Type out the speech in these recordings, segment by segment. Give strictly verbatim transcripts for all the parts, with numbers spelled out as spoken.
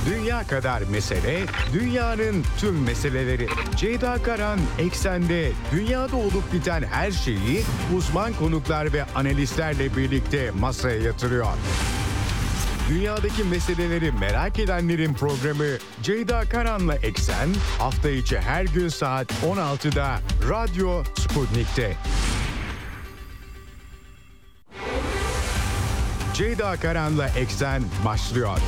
Dünya kadar mesele, dünyanın tüm meseleleri. Ceyda Karan Eksen'de dünyada olup biten her şeyi uzman konuklar ve analistlerle birlikte masaya yatırıyor. Dünyadaki meseleleri merak edenlerin programı Ceyda Karan'la Eksen hafta içi her gün saat on altıda Radyo Sputnik'te. Ceyda Karan'la Eksen başlıyor.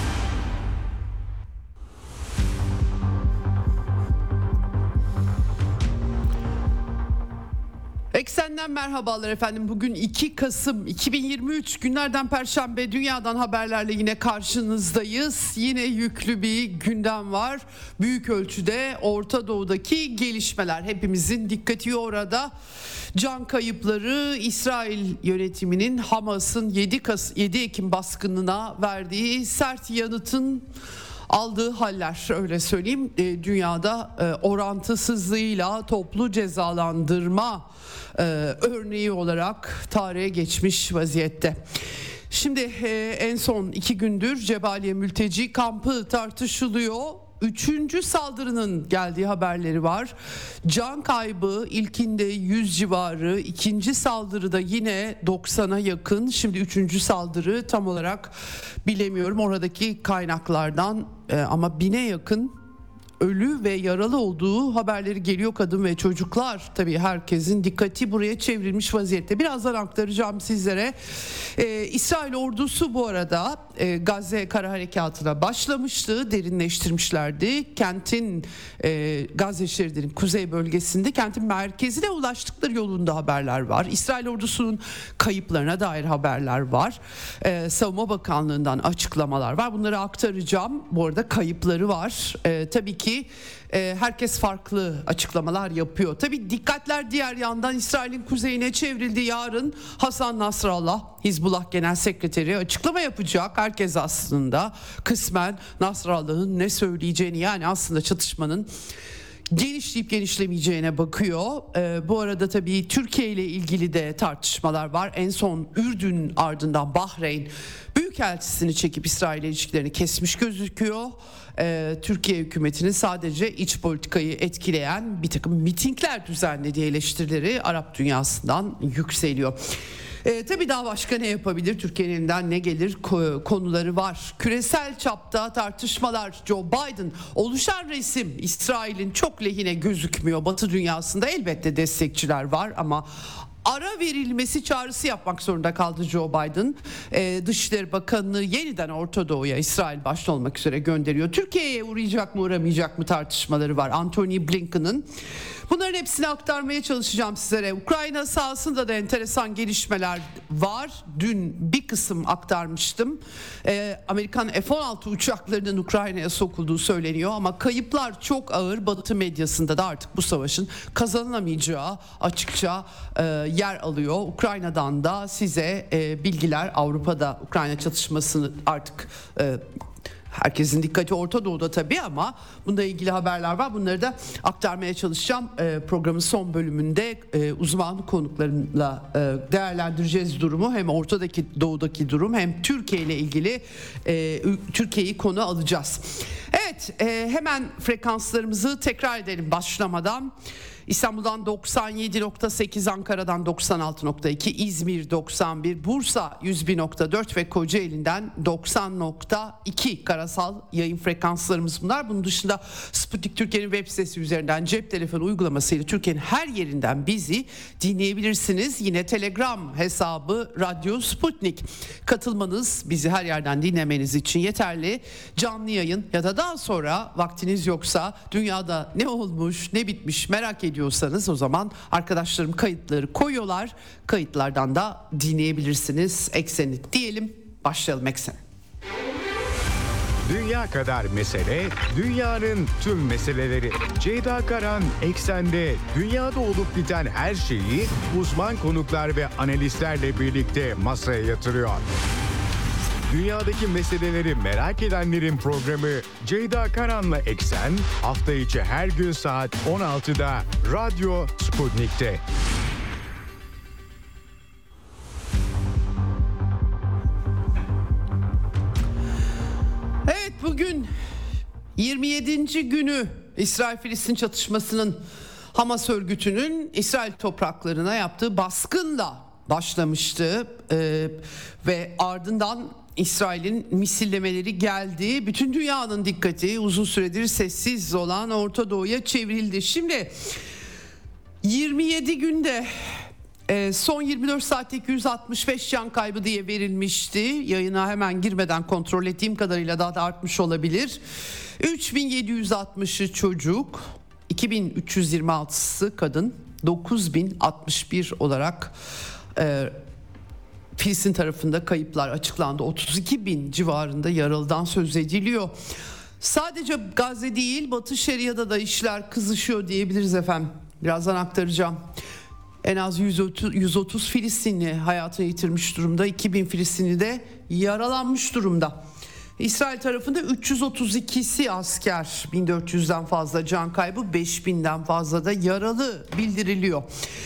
Eksenden merhabalar efendim. Bugün iki Kasım iki bin yirmi üç günlerden Perşembe, dünyadan haberlerle yine karşınızdayız. Yine yüklü bir gündem var. Büyük ölçüde Orta Doğu'daki gelişmeler. Hepimizin dikkati orada. Can kayıpları, İsrail yönetiminin Hamas'ın yedi Ekim baskınına verdiği sert yanıtın aldığı haller, öyle söyleyeyim. E, dünyada e, orantısızlığıyla toplu cezalandırma e, örneği olarak tarihe geçmiş vaziyette. Şimdi e, en son iki gündür Cebaliye mülteci kampı tartışılıyor. Üçüncü saldırının geldiği haberleri var. Can kaybı ilkinde yüz civarı, ikinci saldırıda yine doksana yakın. Şimdi üçüncü saldırı tam olarak bilemiyorum oradaki kaynaklardan e, ama bine yakın ölü ve yaralı olduğu haberleri geliyor. Kadın ve çocuklar, tabii herkesin dikkati buraya çevrilmiş vaziyette. Birazdan aktaracağım sizlere. Ee, İsrail ordusu bu arada e, Gazze kara harekatına başlamıştı, derinleştirmişlerdi. Kentin e, Gazze şeridinin kuzey bölgesinde kentin merkezine ulaştıkları yolunda haberler var. İsrail ordusunun kayıplarına dair haberler var. Ee, Savunma Bakanlığı'ndan açıklamalar var. Bunları aktaracağım. Bu arada kayıpları var. Ee, tabii ki Ki e, herkes farklı açıklamalar yapıyor. Tabii dikkatler diğer yandan İsrail'in kuzeyine çevrildi. Yarın Hasan Nasrallah, Hizbullah Genel Sekreteri açıklama yapacak. Herkes aslında kısmen Nasrallah'ın ne söyleyeceğini, yani aslında çatışmanın genişleyip genişlemeyeceğine bakıyor. Ee, bu arada tabii Türkiye ile ilgili de tartışmalar var. En son Ürdün, ardından Bahreyn Büyükelçisini çekip İsrail ilişkilerini kesmiş gözüküyor. Ee, Türkiye hükümetinin sadece iç politikayı etkileyen bir takım mitingler düzenlediği eleştirileri Arap dünyasından yükseliyor. E, tabii daha başka ne yapabilir? Türkiye'nin elinden ne gelir konuları var. Küresel çapta tartışmalar. Joe Biden, oluşan resim İsrail'in çok lehine gözükmüyor. Batı dünyasında elbette destekçiler var ama ara verilmesi çağrısı yapmak zorunda kaldı Joe Biden. Ee, Dışişleri Bakanı'nı yeniden Orta Doğu'ya, İsrail başta olmak üzere gönderiyor. Türkiye'ye uğrayacak mı uğramayacak mı tartışmaları var. Antony Blinken'ın. Bunların hepsini aktarmaya çalışacağım sizlere. Ukrayna sahasında da enteresan gelişmeler var. Dün bir kısım aktarmıştım. Ee, Amerikan F on altı uçaklarının Ukrayna'ya sokulduğu söyleniyor ama kayıplar çok ağır. Batı medyasında da artık bu savaşın kazanılamayacağı açıkça e, yer alıyor. Ukrayna'dan da size e, bilgiler. Avrupa'da Ukrayna çatışmasını artık e, herkesin dikkati Orta Doğu'da tabii ama bununla ilgili haberler var. Bunları da aktarmaya çalışacağım. E, programın son bölümünde e, uzman konuklarımla e, değerlendireceğiz durumu. Hem Orta'daki, Doğu'daki durum, hem Türkiye ile ilgili e, Türkiye'yi konu alacağız. Evet, e, hemen frekanslarımızı tekrar edelim başlamadan. İstanbul'dan doksan yedi nokta sekiz, Ankara'dan doksan altı nokta iki, İzmir doksan bir, Bursa yüz bir nokta dört ve Kocaeli'nden doksan nokta iki karasal yayın frekanslarımız bunlar. Bunun dışında Sputnik Türkiye'nin web sitesi üzerinden cep telefonu uygulamasıyla Türkiye'nin her yerinden bizi dinleyebilirsiniz. Yine Telegram hesabı Radyo Sputnik. Katılmanız, bizi her yerden dinlemeniz için yeterli. Canlı yayın ya da daha sonra vaktiniz yoksa, dünyada ne olmuş ne bitmiş merak ediyorsanız, diyorsanız o zaman arkadaşlarım kayıtları koyuyorlar. Kayıtlardan da dinleyebilirsiniz Eksen'i diyelim. Başlayalım Eksen. Dünya kadar mesele, dünyanın tüm meseleleri. Ceyda Karan Eksen'de dünyada olup biten her şeyi uzman konuklar ve analistlerle birlikte masaya yatırıyor. Dünyadaki meseleleri merak edenlerin programı Ceyda Karan'la Eksen hafta içi her gün saat on altıda Radyo Sputnik'te. Evet, bugün Bugün yirmi yedinci günü İsrail-Filistin çatışmasının, Hamas örgütünün İsrail topraklarına yaptığı baskınla başlamıştı ee, ve ardından İsrail'in misillemeleri geldi. Bütün dünyanın dikkati uzun süredir sessiz olan Orta Doğu'ya çevrildi. Şimdi yirmi yedi günde e, son yirmi dört saatte iki yüz altmış beş can kaybı diye verilmişti. Yayına hemen girmeden kontrol ettiğim kadarıyla daha da artmış olabilir. üç bin yedi yüz altmışı çocuk, iki bin üç yüz yirmi altısı kadın, dokuz bin altmış bir olarak e, Filistin tarafında kayıplar açıklandı. otuz iki bin civarında yaralıdan söz ediliyor. Sadece Gazze değil, Batı Şeria'da da işler kızışıyor diyebiliriz efendim. Birazdan aktaracağım. En az yüz otuz Filistinli hayatını yitirmiş durumda. iki bin Filistinli de yaralanmış durumda. İsrail tarafında üç yüz otuz ikisi asker, bin dört yüzden fazla can kaybı, beş binden fazla da yaralı bildiriliyor.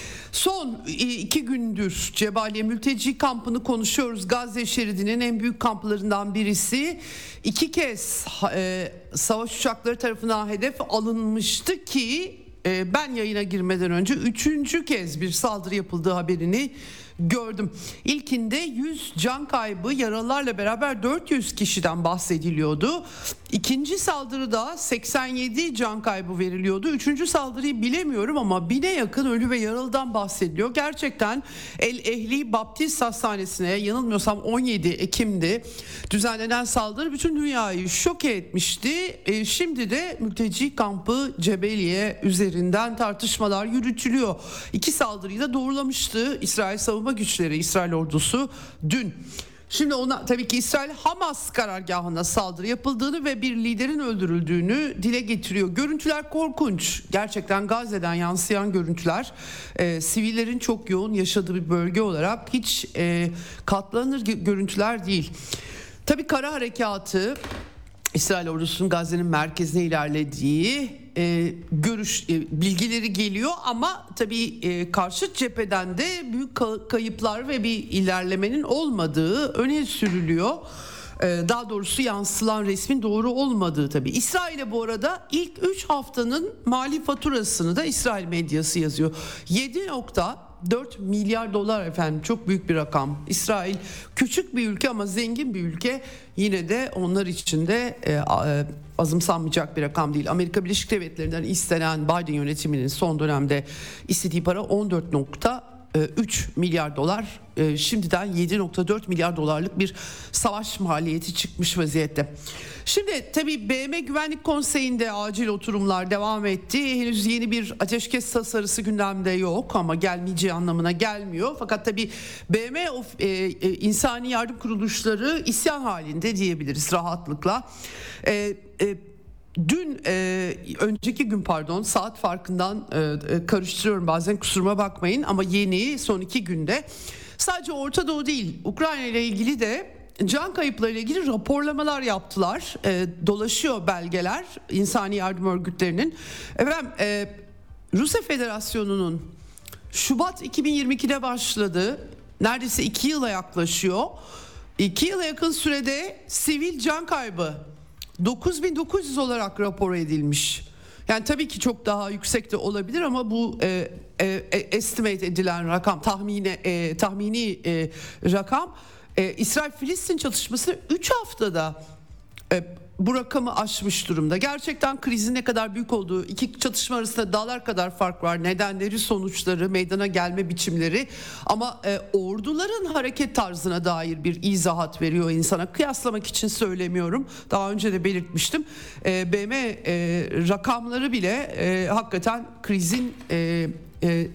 Son iki gündür Cebaliye mülteci kampını konuşuyoruz. Gazze şeridinin en büyük kamplarından birisi. İki kez e, savaş uçakları tarafından hedef alınmıştı ki e, ben yayına girmeden önce üçüncü kez bir saldırı yapıldığı haberini gördüm. İlkinde yüz can kaybı, yaralılarla beraber dört yüz kişiden bahsediliyordu. İkinci saldırıda seksen yedi can kaybı veriliyordu. Üçüncü saldırıyı bilemiyorum ama bine yakın ölü ve yaralıdan bahsediliyor. Gerçekten El Ehli Baptist Hastanesi'ne, yanılmıyorsam on yedi Ekim'de düzenlenen saldırı bütün dünyayı şoke etmişti. E, şimdi de mülteci kampı Cebeliye üzerinden tartışmalar yürütülüyor. İki saldırıyı da doğrulamıştı İsrail Savunma Güçleri, İsrail ordusu dün. Şimdi ona tabii ki İsrail Hamas karargahına saldırı yapıldığını ve bir liderin öldürüldüğünü dile getiriyor. Görüntüler korkunç. Gerçekten Gazze'den yansıyan görüntüler. E, sivillerin çok yoğun yaşadığı bir bölge olarak hiç e, katlanır görüntüler değil. Tabii kara harekatı, İsrail ordusunun Gazze'nin merkezine ilerlediği e, görüş e, bilgileri geliyor ama tabii e, karşı cepheden de büyük ka- kayıplar ve bir ilerlemenin olmadığı öne sürülüyor. E, daha doğrusu yansılan resmin doğru olmadığı tabii. İsrail'e bu arada ilk üç haftanın mali faturasını da İsrail medyası yazıyor. yedi nokta dört milyar dolar efendim, çok büyük bir rakam. İsrail küçük bir ülke ama zengin bir ülke, yine de onlar için de e, e, azımsanmayacak bir rakam değil. Amerika Birleşik Devletleri'nden istenen Biden yönetiminin son dönemde istediği para on dört nokta üç milyar dolar. E, şimdiden yedi nokta dört milyar dolarlık bir savaş maliyeti çıkmış vaziyette. Şimdi tabii B M Güvenlik Konseyi'nde acil oturumlar devam etti. Henüz yeni bir ateşkes tasarısı gündemde yok ama gelmeyeceği anlamına gelmiyor. Fakat tabii B M e, e, insani yardım kuruluşları isyan halinde diyebiliriz rahatlıkla. E, e, Dün e, önceki gün pardon saat farkından e, karıştırıyorum bazen, kusuruma bakmayın ama yeni son iki günde sadece Orta Doğu değil, Ukrayna ile ilgili de can kayıpları ile ilgili raporlamalar yaptılar. E, dolaşıyor belgeler insani yardım örgütlerinin. Efendim e, Rusya Federasyonu'nun Şubat iki bin yirmi ikide başladı, neredeyse iki yıla yaklaşıyor. iki yıla yakın sürede sivil can kaybı dokuz bin dokuz yüz olarak rapor edilmiş. Yani tabii ki çok daha yüksek de olabilir ama bu e, e, estimate edilen rakam, tahmini e, tahmini e, rakam e, İsrail-Filistin çatışması üç haftada e, bu rakamı aşmış durumda. Gerçekten krizin ne kadar büyük olduğu, iki çatışma arasında dağlar kadar fark var. Nedenleri, sonuçları, meydana gelme biçimleri ama e, orduların hareket tarzına dair bir izahat veriyor insana. Kıyaslamak için söylemiyorum. Daha önce de belirtmiştim. E, B M e, rakamları bile e, hakikaten krizin e, e,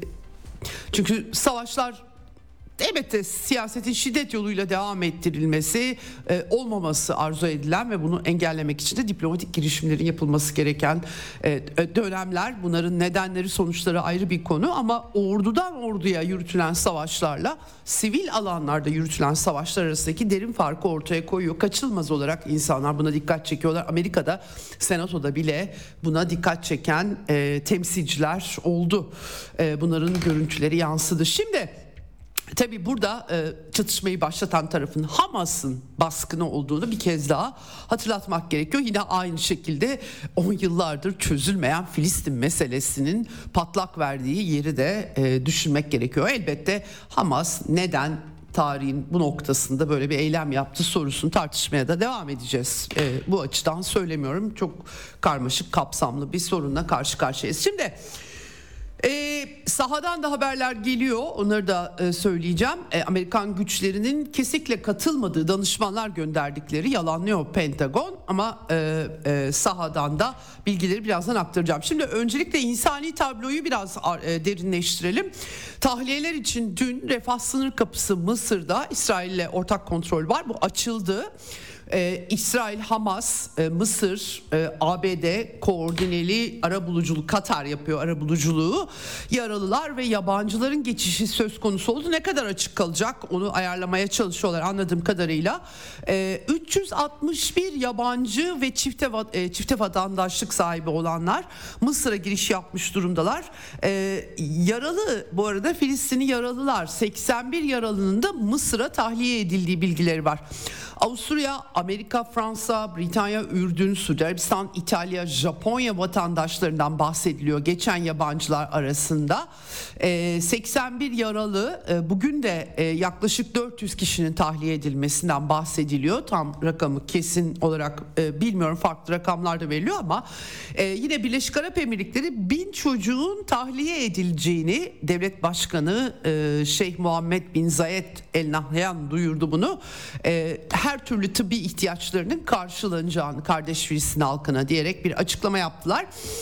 çünkü savaşlar, elbette siyasetin şiddet yoluyla devam ettirilmesi e, olmaması arzu edilen ve bunu engellemek için de diplomatik girişimlerin yapılması gereken e, dönemler. Bunların nedenleri, sonuçları ayrı bir konu ama ordudan orduya yürütülen savaşlarla sivil alanlarda yürütülen savaşlar arasındaki derin farkı ortaya koyuyor. Kaçılmaz olarak insanlar buna dikkat çekiyorlar. Amerika'da Senato'da bile buna dikkat çeken e, temsilciler oldu. E, bunların görüntüleri yansıdı. Şimdi Tabii burada e, çatışmayı başlatan tarafın Hamas'ın baskını olduğunu bir kez daha hatırlatmak gerekiyor. Yine aynı şekilde on yıllardır çözülmeyen Filistin meselesinin patlak verdiği yeri de e, düşünmek gerekiyor. Elbette Hamas neden tarihin bu noktasında böyle bir eylem yaptı sorusunu tartışmaya da devam edeceğiz. E, bu açıdan söylemiyorum. Çok karmaşık, kapsamlı bir sorunla karşı karşıyayız. Şimdi Ee, sahadan da haberler geliyor, onları da e, söyleyeceğim. E, Amerikan güçlerinin kesinlikle katılmadığı danışmanlar gönderdikleri yalanlıyor Pentagon, ama e, e, sahadan da bilgileri birazdan aktaracağım. Şimdi öncelikle insani tabloyu biraz e, derinleştirelim. Tahliyeler için dün Refah sınır kapısı Mısır'da İsrail'le ortak kontrol var, bu açıldı. Ee, İsrail, Hamas, e, Mısır, e, A B D koordineli arabuluculuk, Katar yapıyor arabuluculuğu. Yaralılar ve yabancıların geçişi söz konusu oldu. Ne kadar açık kalacak onu ayarlamaya çalışıyorlar anladığım kadarıyla. Ee, üç yüz altmış bir yabancı ve çifte e, çifte vatandaşlık sahibi olanlar Mısır'a giriş yapmış durumdalar. Ee, yaralı, bu arada Filistinli yaralılar, seksen bir yaralının da Mısır'a tahliye edildiği bilgileri var. Avusturya, Amerika, Fransa, Britanya, Ürdün, Suudi Arabistan, İtalya, Japonya vatandaşlarından bahsediliyor geçen yabancılar arasında. E, seksen bir yaralı, e, bugün de e, yaklaşık dört yüz kişinin tahliye edilmesinden bahsediliyor. Tam rakamı kesin olarak e, bilmiyorum, farklı rakamlar da veriliyor ama e, yine Birleşik Arap Emirlikleri bin çocuğun tahliye edileceğini devlet başkanı e, Şeyh Muhammed bin Zayed El Nahyan duyurdu bunu. E, her türlü tıbbi ihtiyaçlarının karşılanacağını kardeş Filistin halkına diyerek bir açıklama yaptılar.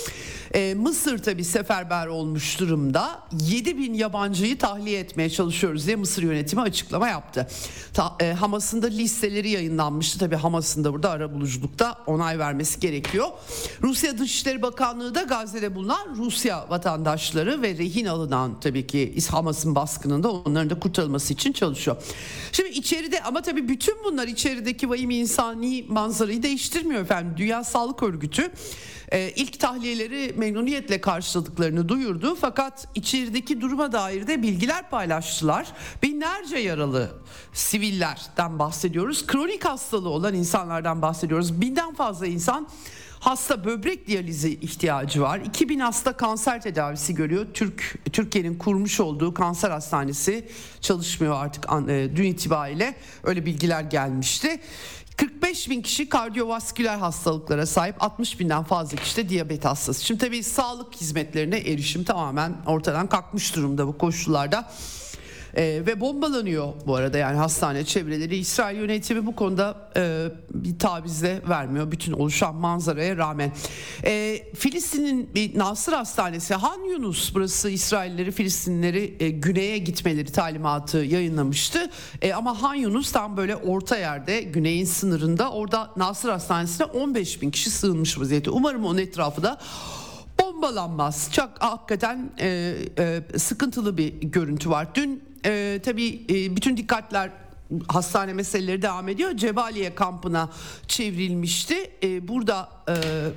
Ee, Mısır tabii seferber olmuş durumda. yedi bin yabancıyı tahliye etmeye çalışıyoruz diye Mısır yönetimi açıklama yaptı. Ta, e, Hamas'ın da listeleri yayınlanmıştı. Tabii Hamas'ın da burada arabuluculukta onay vermesi gerekiyor. Rusya Dışişleri Bakanlığı da Gazze'de bulunan Rusya vatandaşları ve rehin alınan tabii ki Hamas'ın baskınında onların da kurtarılması için çalışıyor. Şimdi içeride, ama tabii bütün bunlar içerideki vahim insani manzarayı değiştirmiyor efendim. Dünya Sağlık Örgütü Ee, ilk tahliyeleri memnuniyetle karşıladıklarını duyurdu, fakat içerideki duruma dair de bilgiler paylaştılar. Binlerce yaralı sivillerden bahsediyoruz, kronik hastalığı olan insanlardan bahsediyoruz. Binden fazla insan hasta, böbrek diyalizi ihtiyacı var. iki bin hasta kanser tedavisi görüyor. Türk Türkiye'nin kurmuş olduğu kanser hastanesi çalışmıyor artık dün itibariyle, öyle bilgiler gelmişti. kırk beş bin kişi kardiyovasküler hastalıklara sahip, altmış binden fazla kişi de diyabet hastası. Şimdi tabii sağlık hizmetlerine erişim tamamen ortadan kalkmış durumda bu koşullarda. Ee, ve bombalanıyor bu arada, yani hastane çevreleri. İsrail yönetimi bu konuda e, bir taviz de vermiyor bütün oluşan manzaraya rağmen. E, Filistin'in bir Nasır Hastanesi, Han Yunus, burası İsraillileri, Filistinlileri e, güneye gitmeleri talimatı yayınlamıştı. E, ama Han Yunus tam böyle orta yerde, güneyin sınırında, orada Nasır Hastanesi'ne on beş bin kişi sığınmış vaziyette. Umarım onun etrafı da bombalanmaz. Çok hakikaten e, e, sıkıntılı bir görüntü var. Dün e, tabii e, bütün dikkatler hastane meseleleri devam ediyor. Cebaliye kampına çevrilmişti. E, burada e,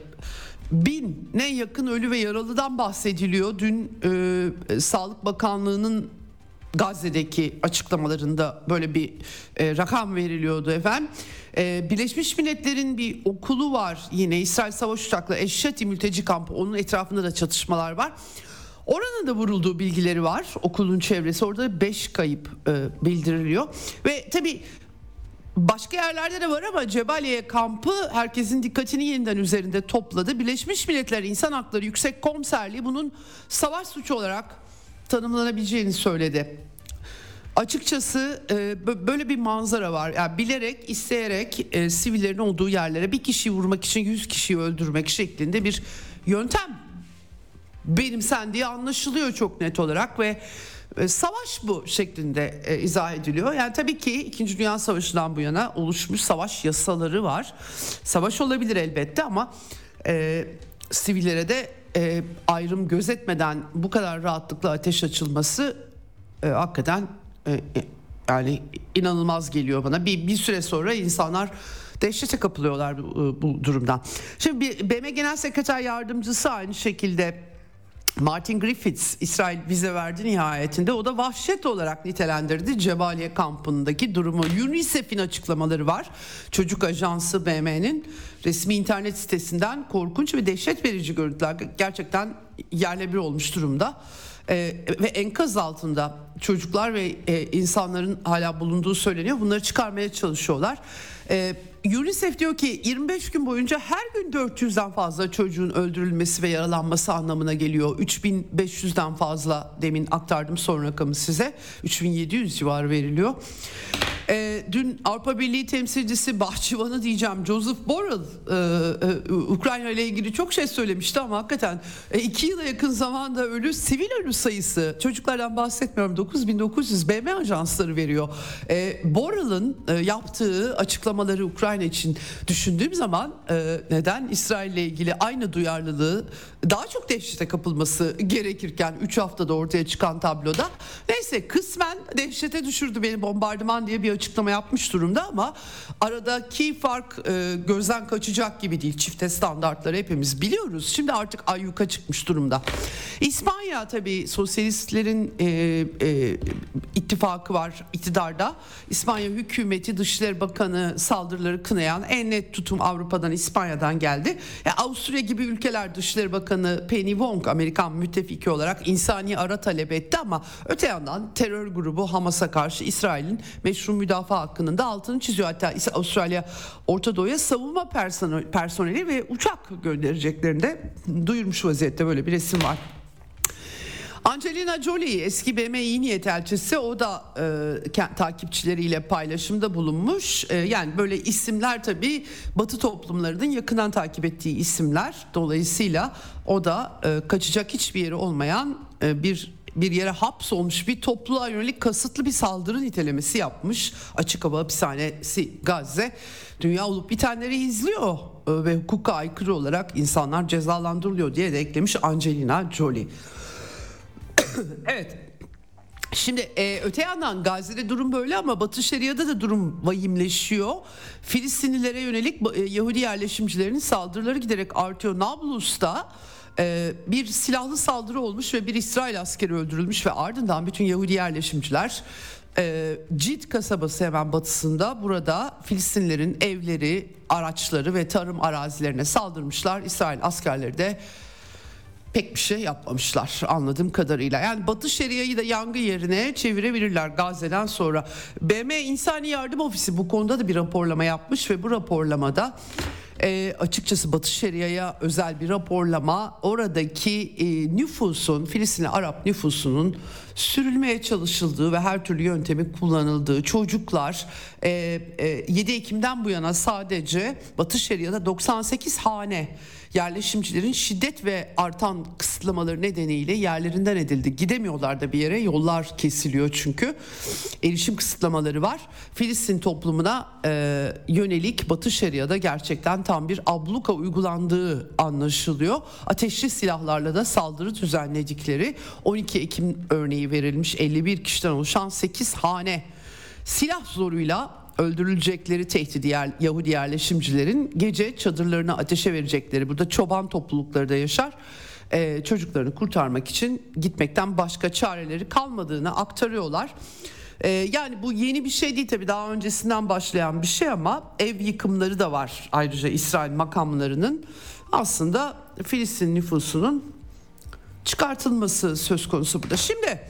bine yakın ölü ve yaralıdan bahsediliyor. Dün e, Sağlık Bakanlığı'nın Gazze'deki açıklamalarında böyle bir e, rakam veriliyordu efendim. E, Birleşmiş Milletler'in bir okulu var yine, İsrail savaş uçakları Eşşati mülteci kampı, onun etrafında da çatışmalar var. Oranın da vurulduğu bilgileri var, okulun çevresi, orada beş kayıp e, bildiriliyor. Ve tabii başka yerlerde de var ama Cebaliye kampı herkesin dikkatini yeniden üzerinde topladı. Birleşmiş Milletler İnsan Hakları Yüksek Komiserliği bunun savaş suçu olarak tanımlanabileceğini söyledi. Açıkçası e, böyle bir manzara var. Yani bilerek, isteyerek e, sivillerin olduğu yerlere bir kişiyi vurmak için yüz kişiyi öldürmek şeklinde bir yöntem benimsendiği anlaşılıyor çok net olarak ve e, savaş bu şeklinde e, izah ediliyor. Yani tabii ki İkinci Dünya Savaşı'ndan bu yana oluşmuş savaş yasaları var. Savaş olabilir elbette ama e, sivillere de e, ayrım gözetmeden bu kadar rahatlıkla ateş açılması e, hakikaten e, yani inanılmaz geliyor bana. Bir, bir süre sonra insanlar dehşete kapılıyorlar bu, bu durumdan. Şimdi B M Genel Sekreter Yardımcısı aynı şekilde Martin Griffiths İsrail vize verdi nihayetinde. O da vahşet olarak nitelendirdi Cebaliye kampındaki durumu. UNICEF'in açıklamaları var. Çocuk Ajansı B M'nin resmi internet sitesinden korkunç ve dehşet verici görüntüler gerçekten yerle bir olmuş durumda. Ee, ve enkaz altında çocuklar ve e, insanların hala bulunduğu söyleniyor. Bunları çıkarmaya çalışıyorlar. Ee, UNICEF diyor ki yirmi beş gün boyunca her gün dört yüzden fazla çocuğun öldürülmesi ve yaralanması anlamına geliyor. üç bin beş yüzden fazla, demin aktardım son rakamı size. üç bin yedi yüz civarı veriliyor. Ee, dün Avrupa Birliği temsilcisi bahçıvanı diyeceğim Joseph Borrell e, e, Ukrayna ile ilgili çok şey söylemişti ama hakikaten e, iki yıla yakın zamanda ölü, sivil ölü sayısı, çocuklardan bahsetmiyorum, dokuz bin dokuz yüz B M ajansları veriyor. E, Borrell'ın e, yaptığı açıklamaları Ukrayna için düşündüğüm zaman e, neden İsrail ile ilgili aynı duyarlılığı, daha çok dehşete kapılması gerekirken üç haftada ortaya çıkan tabloda, neyse kısmen dehşete düşürdü beni bombardıman diye bir açıklama yapmış durumda ama aradaki fark e, gözden kaçacak gibi değil. Çifte standartları hepimiz biliyoruz. Şimdi artık ayyuka çıkmış durumda. İspanya tabii sosyalistlerin e, e, ittifakı var iktidarda. İspanya hükümeti, Dışişleri Bakanı saldırıları kınayan en net tutum Avrupa'dan, İspanya'dan geldi. Yani Avusturya gibi ülkeler Dışişleri Bakanı Penny Wong, Amerikan müttefiki olarak insani ara talep etti ama öte yandan terör grubu Hamas'a karşı İsrail'in meşru müdafaa hakkının da altını çiziyor. Hatta Avustralya Orta Doğu'ya savunma personeli ve uçak göndereceklerini de duyurmuş vaziyette, böyle bir resim var. Angelina Jolie, eski B M iyi niyet elçisi, o da e, takipçileriyle paylaşımda bulunmuş. E, yani böyle isimler tabii Batı toplumlarının yakından takip ettiği isimler. Dolayısıyla o da e, kaçacak hiçbir yeri olmayan e, bir bir yere hapsolmuş bir topluluğa yönelik kasıtlı bir saldırı nitelemesi yapmış. Açık hava hapishanesi Gazze. Dünya olup bitenleri izliyor e, ve hukuka aykırı olarak insanlar cezalandırılıyor diye de eklemiş Angelina Jolie. Evet. Şimdi e, öte yandan Gazze'de durum böyle ama Batı Şeria'da da durum vahimleşiyor. Filistinlilere yönelik e, Yahudi yerleşimcilerin saldırıları giderek artıyor. Nablus'ta e, bir silahlı saldırı olmuş ve bir İsrail askeri öldürülmüş ve ardından bütün Yahudi yerleşimciler e, Cid kasabası hemen batısında, burada Filistinlilerin evleri, araçları ve tarım arazilerine saldırmışlar. İsrail askerleri de pek bir şey yapmamışlar anladığım kadarıyla. Yani Batı Şeria'yı da yangın yerine çevirebilirler Gazze'den sonra. B M İnsani Yardım Ofisi bu konuda da bir raporlama yapmış ve bu raporlamada e, açıkçası Batı Şeria'ya özel bir raporlama, oradaki e, nüfusun, Filistinli Arap nüfusunun sürülmeye çalışıldığı ve her türlü yöntemi kullanıldığı, çocuklar e, e, yedi Ekim'den bu yana sadece Batı Şeria'da doksan sekiz hane yerleşimcilerin şiddet ve artan kısıtlamaları nedeniyle yerlerinden edildi. Gidemiyorlar da bir yere, yollar kesiliyor çünkü. Erişim kısıtlamaları var. Filistin toplumuna e, yönelik Batı Şeria'da gerçekten tam bir abluka uygulandığı anlaşılıyor. Ateşli silahlarla da saldırı düzenledikleri, on iki Ekim örneği verilmiş, elli bir kişiden oluşan sekiz hane silah zoruyla öldürülecekleri tehdidi yer, Yahudi yerleşimcilerin gece çadırlarını ateşe verecekleri, burada çoban toplulukları da yaşar, ee, çocuklarını kurtarmak için gitmekten başka çareleri kalmadığını aktarıyorlar. Ee, yani bu yeni bir şey değil tabii, daha öncesinden başlayan bir şey ama ev yıkımları da var ayrıca İsrail makamlarının, aslında Filistin nüfusunun çıkartılması söz konusu burada. Şimdi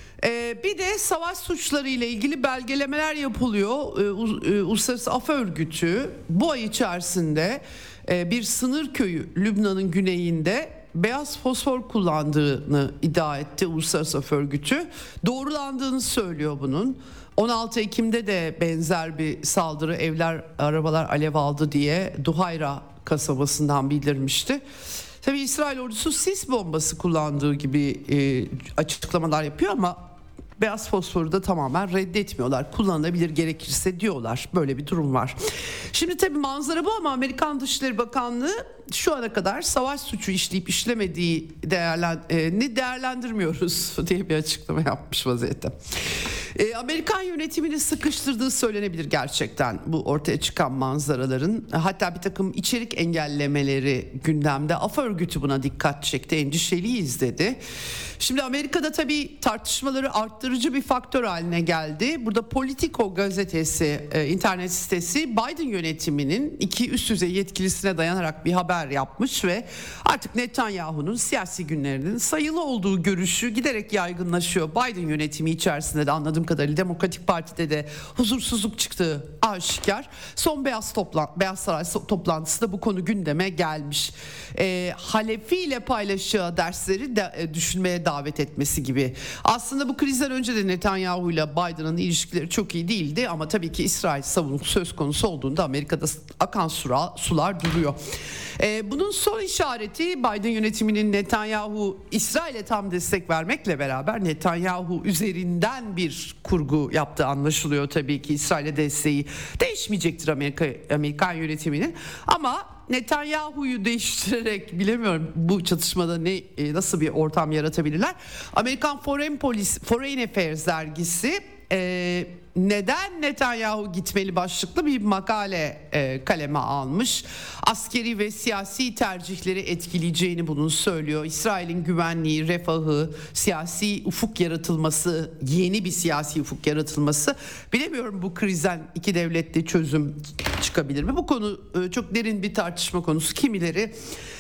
Ee, bir de savaş suçları ile ilgili belgelemeler yapılıyor. Ee, Uluslararası Af Örgütü bu ay içerisinde e, bir sınır köyü Lübnan'ın güneyinde beyaz fosfor kullandığını iddia etti Uluslararası Af Örgütü. Doğrulandığını söylüyor bunun. on altı Ekim'de de benzer bir saldırı, evler, arabalar alev aldı diye Duhayra kasabasından bildirmişti. Tabii İsrail ordusu sis bombası kullandığı gibi e, açıklamalar yapıyor ama beyaz fosforu da tamamen reddetmiyorlar. Kullanılabilir gerekirse diyorlar. Böyle bir durum var. Şimdi tabii manzara bu ama Amerikan Dışişleri Bakanlığı şu ana kadar savaş suçu işleyip işlemediği değerlen, e, ne değerlendirmiyoruz diye bir açıklama yapmış vaziyette. E, Amerikan yönetimini sıkıştırdığı söylenebilir gerçekten bu ortaya çıkan manzaraların. Hatta bir takım içerik engellemeleri gündemde. AFA örgütü buna dikkat çekti, endişeliyiz dedi. Şimdi Amerika'da tabii tartışmaları arttırıcı bir faktör haline geldi. Burada Politico gazetesi, e, internet sitesi Biden yönetiminin iki üst düzey yetkilisine dayanarak bir haber yapmış ve artık Netanyahu'nun siyasi günlerinin sayılı olduğu görüşü giderek yaygınlaşıyor. Biden yönetimi içerisinde de anladığım kadarıyla Demokratik Parti'de de huzursuzluk çıktığı aşikar. Son Beyaz, Toplan- Beyaz Saray toplantısında bu konu gündeme gelmiş. E, Halefi ile paylaşacağı dersleri de, e, düşünmeye davet etmesi gibi. Aslında bu krizden önce de Netanyahu ile Biden'ın ilişkileri çok iyi değildi ama tabii ki İsrail savunucu söz konusu olduğunda Amerika'da akan sura, sular duruyor. Ee, bunun son işareti Biden yönetiminin Netanyahu İsrail'e tam destek vermekle beraber Netanyahu üzerinden bir kurgu yaptığı anlaşılıyor. Tabii ki İsrail'e desteği değişmeyecektir Amerika Amerikan yönetiminin ama Netanyahu'yu değiştirerek bilemiyorum bu çatışmada ne nasıl bir ortam yaratabilirler. Amerikan Foreign Policy, Foreign Affairs dergisi e, neden Netanyahu gitmeli başlıklı bir makale e, kaleme almış. Askeri ve siyasi tercihleri etkileyeceğini bunu söylüyor. İsrail'in güvenliği, refahı, siyasi ufuk yaratılması, yeni bir siyasi ufuk yaratılması. Bilemiyorum bu krizden iki devletli çözüm çıkabilir mi? Bu konu e, çok derin bir tartışma konusu. Kimileri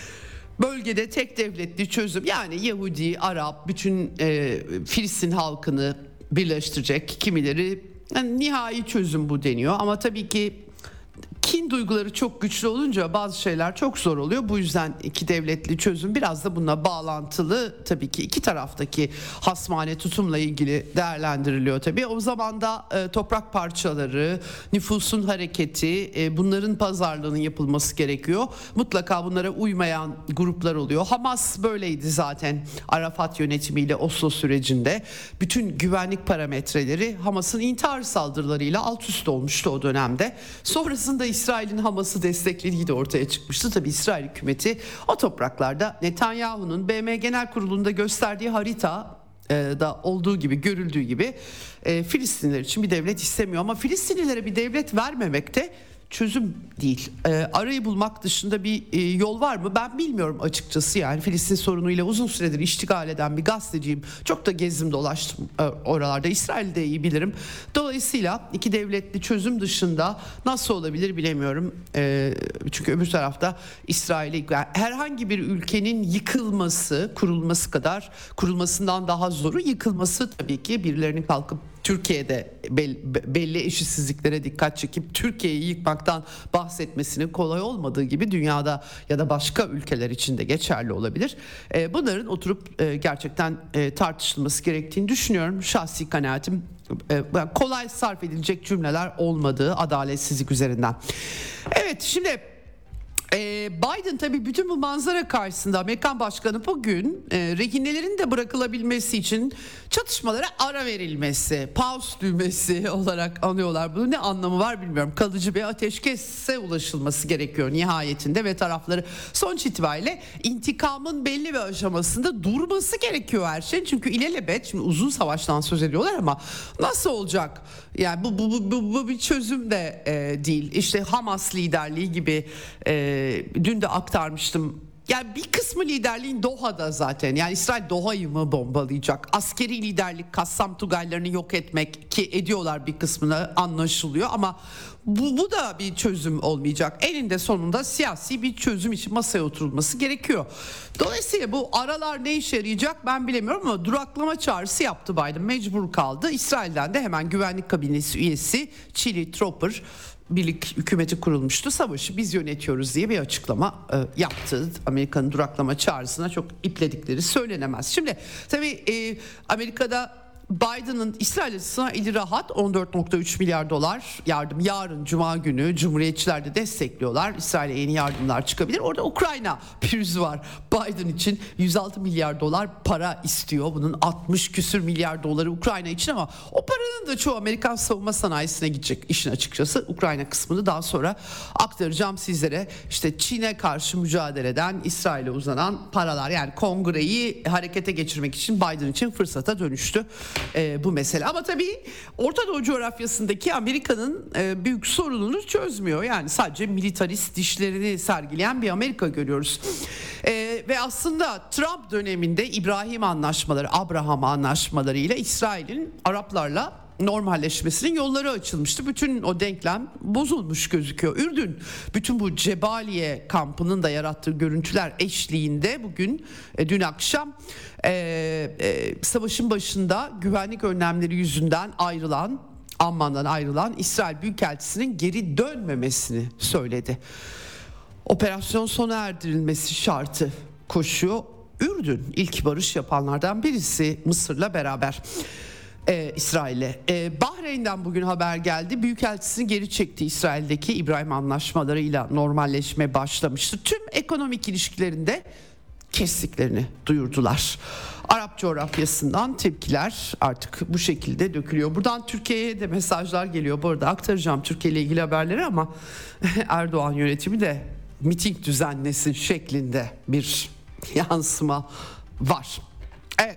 bölgede tek devletli çözüm, yani Yahudi, Arap, bütün e, Filistin halkını birleştirecek, kimileri yani nihai çözüm bu deniyor ama tabii ki kin duyguları çok güçlü olunca bazı şeyler çok zor oluyor. Bu yüzden iki devletli çözüm biraz da bununla bağlantılı, tabii ki iki taraftaki hasmane tutumla ilgili değerlendiriliyor tabii. O zaman da e, toprak parçaları, nüfusun hareketi, e, bunların pazarlığının yapılması gerekiyor. Mutlaka bunlara uymayan gruplar oluyor. Hamas böyleydi zaten Arafat yönetimiyle Oslo sürecinde. Bütün güvenlik parametreleri Hamas'ın intihar saldırılarıyla alt üst olmuştu o dönemde. Sonrasında İsrail'in Hamas'ı desteklediği de ortaya çıkmıştı. Tabii İsrail hükümeti o topraklarda Netanyahu'nun B M Genel Kurulu'nda gösterdiği harita e, da olduğu gibi, görüldüğü gibi e, Filistinliler için bir devlet istemiyor. Ama Filistinlilere bir devlet vermemek de çözüm değil. E, arayı bulmak dışında bir e, yol var mı? Ben bilmiyorum açıkçası. Yani Filistin sorunuyla uzun süredir iştigal eden bir gazeteciyim. Çok da gezdim dolaştım e, oralarda. İsrail'i de iyi bilirim. Dolayısıyla iki devletli çözüm dışında nasıl olabilir bilemiyorum. E, çünkü öbür tarafta İsrail'e yani herhangi bir ülkenin yıkılması, kurulması kadar, kurulmasından daha zoru, yıkılması tabii ki birilerinin kalkıp Türkiye'de belli eşitsizliklere dikkat çekip Türkiye'yi yıkmaktan bahsetmesinin kolay olmadığı gibi dünyada ya da başka ülkeler için de geçerli olabilir. Bunların oturup gerçekten tartışılması gerektiğini düşünüyorum. Şahsi kanaatim kolay sarf edilecek cümleler olmadığı adaletsizlik üzerinden. Evet, şimdi Biden tabii bütün bu manzara karşısında Amerikan Başkanı bugün e, rehinelerin de bırakılabilmesi için çatışmalara ara verilmesi, pause düğmesi olarak anıyorlar. Bunun ne anlamı var bilmiyorum. Kalıcı bir ateşkese ulaşılması gerekiyor nihayetinde ve tarafları sonuç itibariyle intikamın belli bir aşamasında durması gerekiyor her şey. Çünkü ilelebet, şimdi uzun savaştan söz ediyorlar ama nasıl olacak? Yani bu bu bu, bu, bu bir çözüm de e, değil. İşte Hamas liderliği gibi e, dün de aktarmıştım. Yani bir kısmı liderliğin Doha'da zaten. Yani İsrail Doha'yı mı bombalayacak? Askeri liderlik, Kassam Tugaylarını yok etmek, ki ediyorlar bir kısmına, anlaşılıyor ama bu, bu da bir çözüm olmayacak. Eninde sonunda siyasi bir çözüm için masaya oturulması gerekiyor. Dolayısıyla bu aralar ne işe yarayacak ben bilemiyorum ama duraklama çağrısı yaptı Biden. Mecbur kaldı. İsrail'den de hemen güvenlik kabinesi üyesi Chili Trooper, birlik hükümeti kurulmuştu, savaşı biz yönetiyoruz diye bir açıklama e, yaptı. Amerika'nın duraklama çağrısına çok ipledikleri söylenemez. Şimdi tabii e, Amerika'da Biden'ın İsrail açısından eli rahat, on dört virgül üç milyar dolar yardım yarın Cuma günü Cumhuriyetçiler de destekliyorlar. İsrail'e yeni yardımlar çıkabilir. Orada Ukrayna pürüzü var. Biden için yüz altı milyar dolar para istiyor. Bunun altmış küsür milyar doları Ukrayna için ama o paranın da çoğu Amerikan savunma sanayisine gidecek işin açıkçası. Ukrayna kısmını daha sonra aktaracağım sizlere. İşte Çin'e karşı mücadeleden İsrail'e uzanan paralar, yani kongreyi harekete geçirmek için Biden için fırsata dönüştü. e, bu mesele. Ama tabii Orta Doğu coğrafyasındaki Amerika'nın e, büyük sorununu çözmüyor. Yani sadece militarist dişlerini sergileyen bir Amerika görüyoruz. E, ve aslında Trump döneminde İbrahim anlaşmaları, Abraham anlaşmaları ile İsrail'in Araplarla normalleşmesinin yolları açılmıştı. Bütün o denklem bozulmuş gözüküyor. Ürdün bütün bu Cebaliye kampının da yarattığı görüntüler eşliğinde bugün e, dün akşam e, e, savaşın başında güvenlik önlemleri yüzünden ayrılan, Amman'dan ayrılan İsrail Büyükelçisi'nin geri dönmemesini söyledi. Operasyon sona erdirilmesi şartı koşuyor. Ürdün ilk barış yapanlardan birisi Mısır'la beraber. Ee, İsrail'e. Ee, Bahreyn'den bugün haber geldi. Büyükelçisini geri çekti. İsrail'deki İbrahim anlaşmalarıyla normalleşme başlamıştı. Tüm ekonomik ilişkilerinde kestiklerini duyurdular. Arap coğrafyasından tepkiler artık bu şekilde dökülüyor. Buradan Türkiye'ye de mesajlar geliyor. Bu arada aktaracağım Türkiye ile ilgili haberleri ama Erdoğan yönetimi de miting düzenlesin şeklinde bir yansıma var. Evet.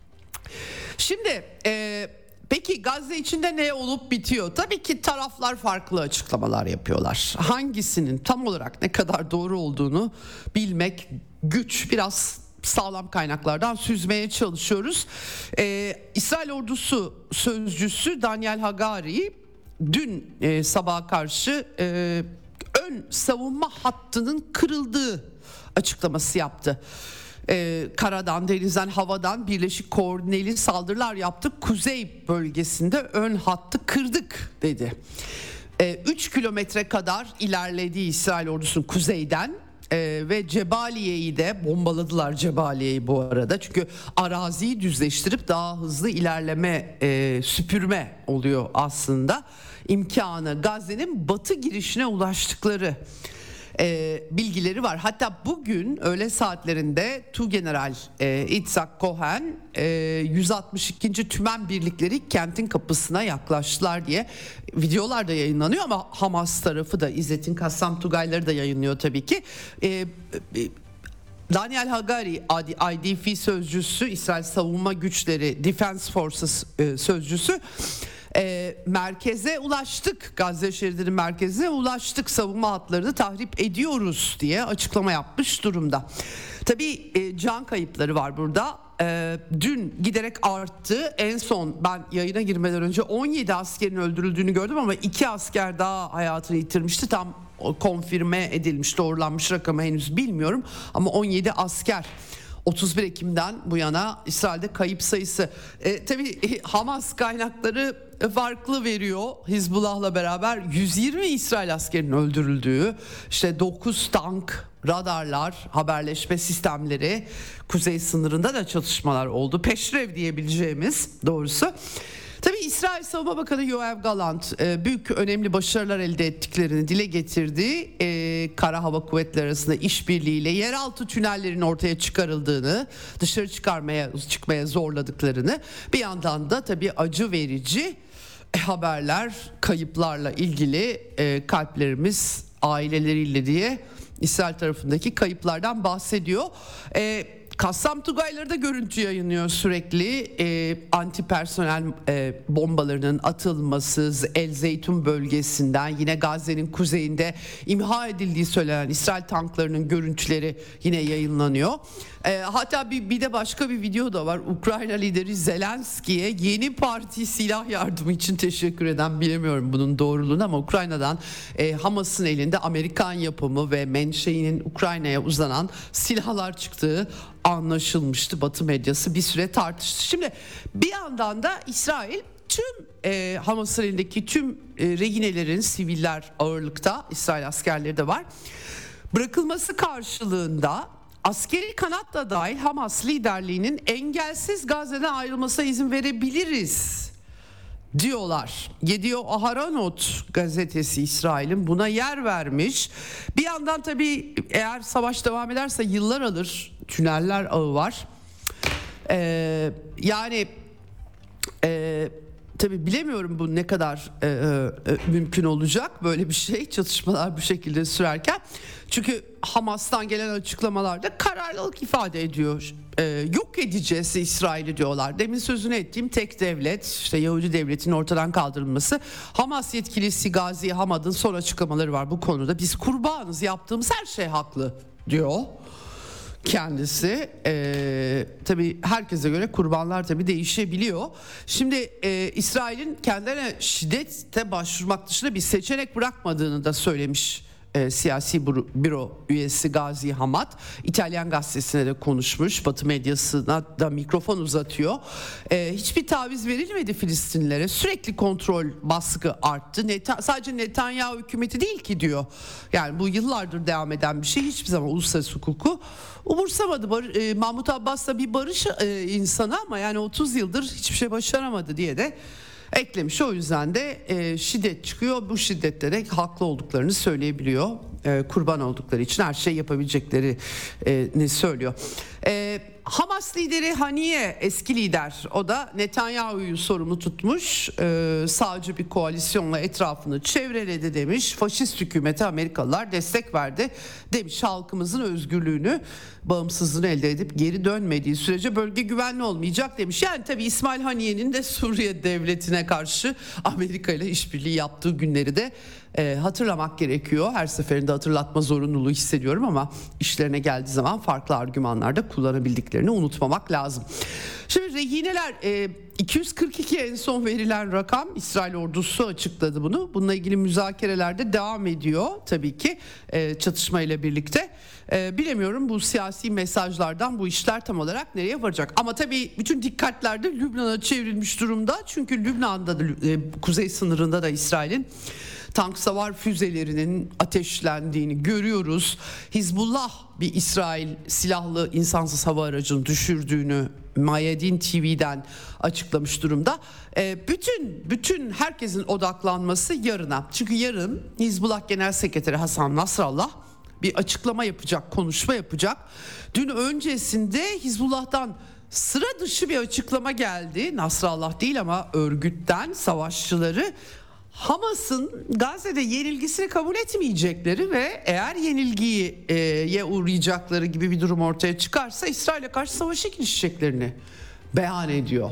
Şimdi e, peki Gazze içinde ne olup bitiyor? Tabii ki taraflar farklı açıklamalar yapıyorlar. Hangisinin tam olarak ne kadar doğru olduğunu bilmek güç. Biraz sağlam kaynaklardan süzmeye çalışıyoruz. E, İsrail ordusu sözcüsü Daniel Hagari dün e, sabaha karşı e, ön savunma hattının kırıldığı açıklaması yaptı. Ee, karadan, denizden, havadan birleşik koordineli saldırılar yaptık. Kuzey bölgesinde ön hattı kırdık dedi. üç ee, kilometre kadar ilerledi İsrail ordusunun kuzeyden ee, ve Cebaliye'yi de bombaladılar. Cebaliye'yi bu arada, çünkü araziyi düzleştirip daha hızlı ilerleme, e, süpürme oluyor aslında imkanı. Gazze'nin batı girişine ulaştıkları E, bilgileri var. Hatta bugün öğle saatlerinde Tugeneral e, Itzhak Cohen e, yüz altmış ikinci Tümen birlikleri kentin kapısına yaklaştılar diye videolar da yayınlanıyor ama Hamas tarafı da, İzzettin Kassam Tugayları da yayınlıyor tabii ki. E, e, Daniel Hagari, I D F sözcüsü, İsrail Savunma Güçleri Defense Forces e, sözcüsü, E, merkeze ulaştık, Gazze şeridinin merkezine ulaştık, savunma hatlarını tahrip ediyoruz diye açıklama yapmış durumda. Tabii e, can kayıpları var burada. E, dün giderek arttı. En son ben yayına girmeden önce on yedi askerin öldürüldüğünü gördüm ama iki asker daha hayatını yitirmişti. Tam konfirme edilmiş, doğrulanmış rakamı henüz bilmiyorum ama on yedi asker. otuz bir Ekim'den bu yana İsrail'de kayıp sayısı. E, tabii Hamas kaynakları farklı veriyor. Hizbullah'la beraber yüz yirmi İsrail askerinin öldürüldüğü, işte dokuz tank, radarlar, haberleşme sistemleri, kuzey sınırında da çatışmalar oldu. Peşrev diyebileceğimiz doğrusu. Tabii İsrail Savunma Bakanı Yoav Gallant büyük önemli başarılar elde ettiklerini dile getirdi. Ee, Kara Hava Kuvvetleri arasında işbirliğiyle yeraltı tünellerin ortaya çıkarıldığını, dışarı çıkarmaya çıkmaya zorladıklarını, bir yandan da tabii acı verici haberler, kayıplarla ilgili e, kalplerimiz aileleriyle diye İsrail tarafındaki kayıplardan bahsediyor. E, Kassam Tugayları da görüntü yayınlıyor sürekli. E, anti personel e, bombalarının atılması, El Zeytun bölgesinden, yine Gazze'nin kuzeyinde imha edildiği söylenen İsrail tanklarının görüntüleri yine yayınlanıyor. E, hatta bir, bir de başka bir video da var. Ukrayna lideri Zelenski'ye yeni parti silah yardımı için teşekkür eden, bilemiyorum bunun doğruluğunu ama Ukrayna'dan e, Hamas'ın elinde Amerikan yapımı ve menşeinin Ukrayna'ya uzanan silahlar çıktığı anlaşılmıştı. Batı medyası bir süre tartıştı. Şimdi bir yandan da İsrail tüm e, Hamas'ın elindeki tüm e, rehinelerin, siviller ağırlıkta, İsrail askerleri de var, bırakılması karşılığında askeri kanatla dahil Hamas liderliğinin engelsiz Gazze'den ayrılmasına izin verebiliriz diyorlar. Yediot Aharonot gazetesi İsrail'in buna yer vermiş. Bir yandan tabii eğer savaş devam ederse yıllar alır. Tüneller ağı var. Ee, yani e, tabii bilemiyorum bu ne kadar e, e, mümkün olacak böyle bir şey, çatışmalar bu şekilde sürerken. Çünkü Hamas'tan gelen açıklamalarda kararlılık ifade ediyor. Ee, yok edeceğiz İsrail'i diyorlar. Demin sözünü ettiğim tek devlet, işte Yahudi devletinin ortadan kaldırılması. Hamas yetkilisi Gazi Hamad'ın son açıklamaları var bu konuda. Biz kurbanız, yaptığımız her şey haklı diyor kendisi. Ee, tabii herkese göre kurbanlar tabii değişebiliyor. Şimdi e, İsrail'in kendilerine şiddete başvurmak dışında bir seçenek bırakmadığını da söylemiş. E, siyasi büro, büro üyesi Gazi Hamad İtalyan gazetesine de konuşmuş, Batı medyasına da mikrofon uzatıyor. E, hiçbir taviz verilmedi Filistinlilere, sürekli kontrol, baskı arttı. Net- sadece Netanyahu hükümeti değil ki diyor, yani bu yıllardır devam eden bir şey, hiçbir zaman uluslararası hukuku umursamadı. Bar- e, Mahmut Abbas da bir barış e, insanı ama yani otuz yıldır hiçbir şey başaramadı diye de eklemiş. O yüzden de e, şiddet çıkıyor. Bu şiddette de haklı olduklarını söyleyebiliyor. E, kurban oldukları için her şey yapabileceklerini söylüyor. E, Hamas lideri Haniye, eski lider, o da Netanyahu'yu sorumlu tutmuş. E, sağcı bir koalisyonla etrafını çevreledi demiş. Faşist hükümete Amerikalılar destek verdi demiş. Halkımızın özgürlüğünü, bağımsızlığını elde edip geri dönmediği sürece bölge güvenli olmayacak demiş. Yani tabii İsmail Haniye'nin de Suriye devletine karşı Amerika ile işbirliği yaptığı günleri de e, hatırlamak gerekiyor. Her seferinde hatırlatma zorunluluğu hissediyorum ama işlerine geldiği zaman farklı argümanlarda kullanabildiklerini unutmamak lazım. Şimdi rehineler, e, iki yüz kırk iki en son verilen rakam, İsrail ordusu açıkladı bunu. Bununla ilgili müzakereler de devam ediyor tabii ki e, çatışmayla birlikte. E, bilemiyorum bu siyasi mesajlardan bu işler tam olarak nereye varacak. Ama tabii bütün dikkatler de Lübnan'a çevrilmiş durumda. Çünkü Lübnan'da da e, kuzey sınırında da İsrail'in tank savar füzelerinin ateşlendiğini görüyoruz. Hizbullah bir İsrail silahlı insansız hava aracını düşürdüğünü Mayadin T V'den açıklamış durumda. E, bütün bütün herkesin odaklanması yarına. Çünkü yarın Hizbullah Genel Sekreteri Hasan Nasrallah bir açıklama yapacak, konuşma yapacak. Dün öncesinde Hizbullah'tan sıra dışı bir açıklama geldi. Nasrallah değil ama örgütten savaşçıları Hamas'ın Gazze'de yenilgisini kabul etmeyecekleri ve eğer yenilgiye uğrayacakları gibi bir durum ortaya çıkarsa İsrail'e karşı savaşa girişeceklerini beyan ediyor.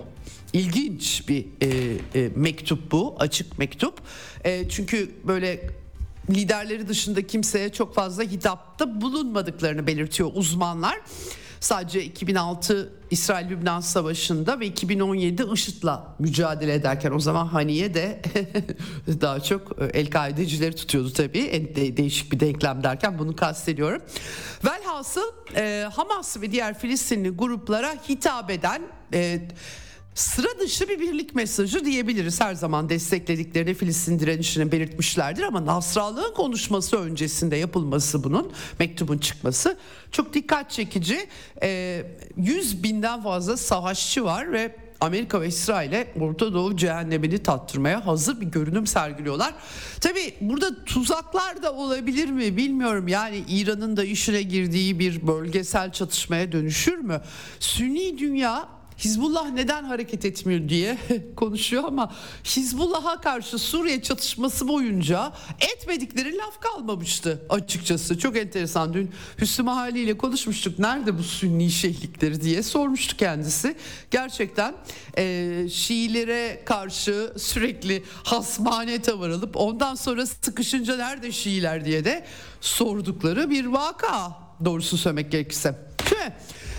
İlginç bir e, e, mektup bu, açık mektup. E, çünkü böyle liderleri dışında kimseye çok fazla hitapta bulunmadıklarını belirtiyor uzmanlar. Sadece iki bin altı İsrail-Lübnan Savaşı'nda ve iki bin on yedi IŞİD'le mücadele ederken, o zaman Haniye de daha çok El-Kaidecileri tutuyordu tabii. En de, değişik bir denklem derken bunu kastediyorum. Velhasıl e, Hamas ve diğer Filistinli gruplara hitap eden e, sıra dışı bir birlik mesajı diyebiliriz. Her zaman desteklediklerini Filistin direnişini belirtmişlerdir ama Nasrallah'ın konuşması öncesinde yapılması, bunun mektubun çıkması çok dikkat çekici. Ee, yüz binden fazla savaşçı var ve Amerika ve İsrail'e Orta Doğu cehennemini tattırmaya hazır bir görünüm sergiliyorlar. Tabii burada tuzaklar da olabilir mi bilmiyorum. Yani İran'ın da işine girdiği bir bölgesel çatışmaya dönüşür mü? Sünni dünya Hizbullah neden hareket etmiyor diye konuşuyor ama Hizbullah'a karşı Suriye çatışması boyunca etmedikleri laf kalmamıştı açıkçası. Çok enteresan. Dün Hüsnü Mahali ile konuşmuştuk. Nerede bu Sünni şeyhlikleri diye sormuştu kendisi. Gerçekten e, Şiilere karşı sürekli hasmane tavır alıp ondan sonra sıkışınca nerede Şiiler diye de sordukları bir vaka, doğrusu söylemek gerekirse. Şimdi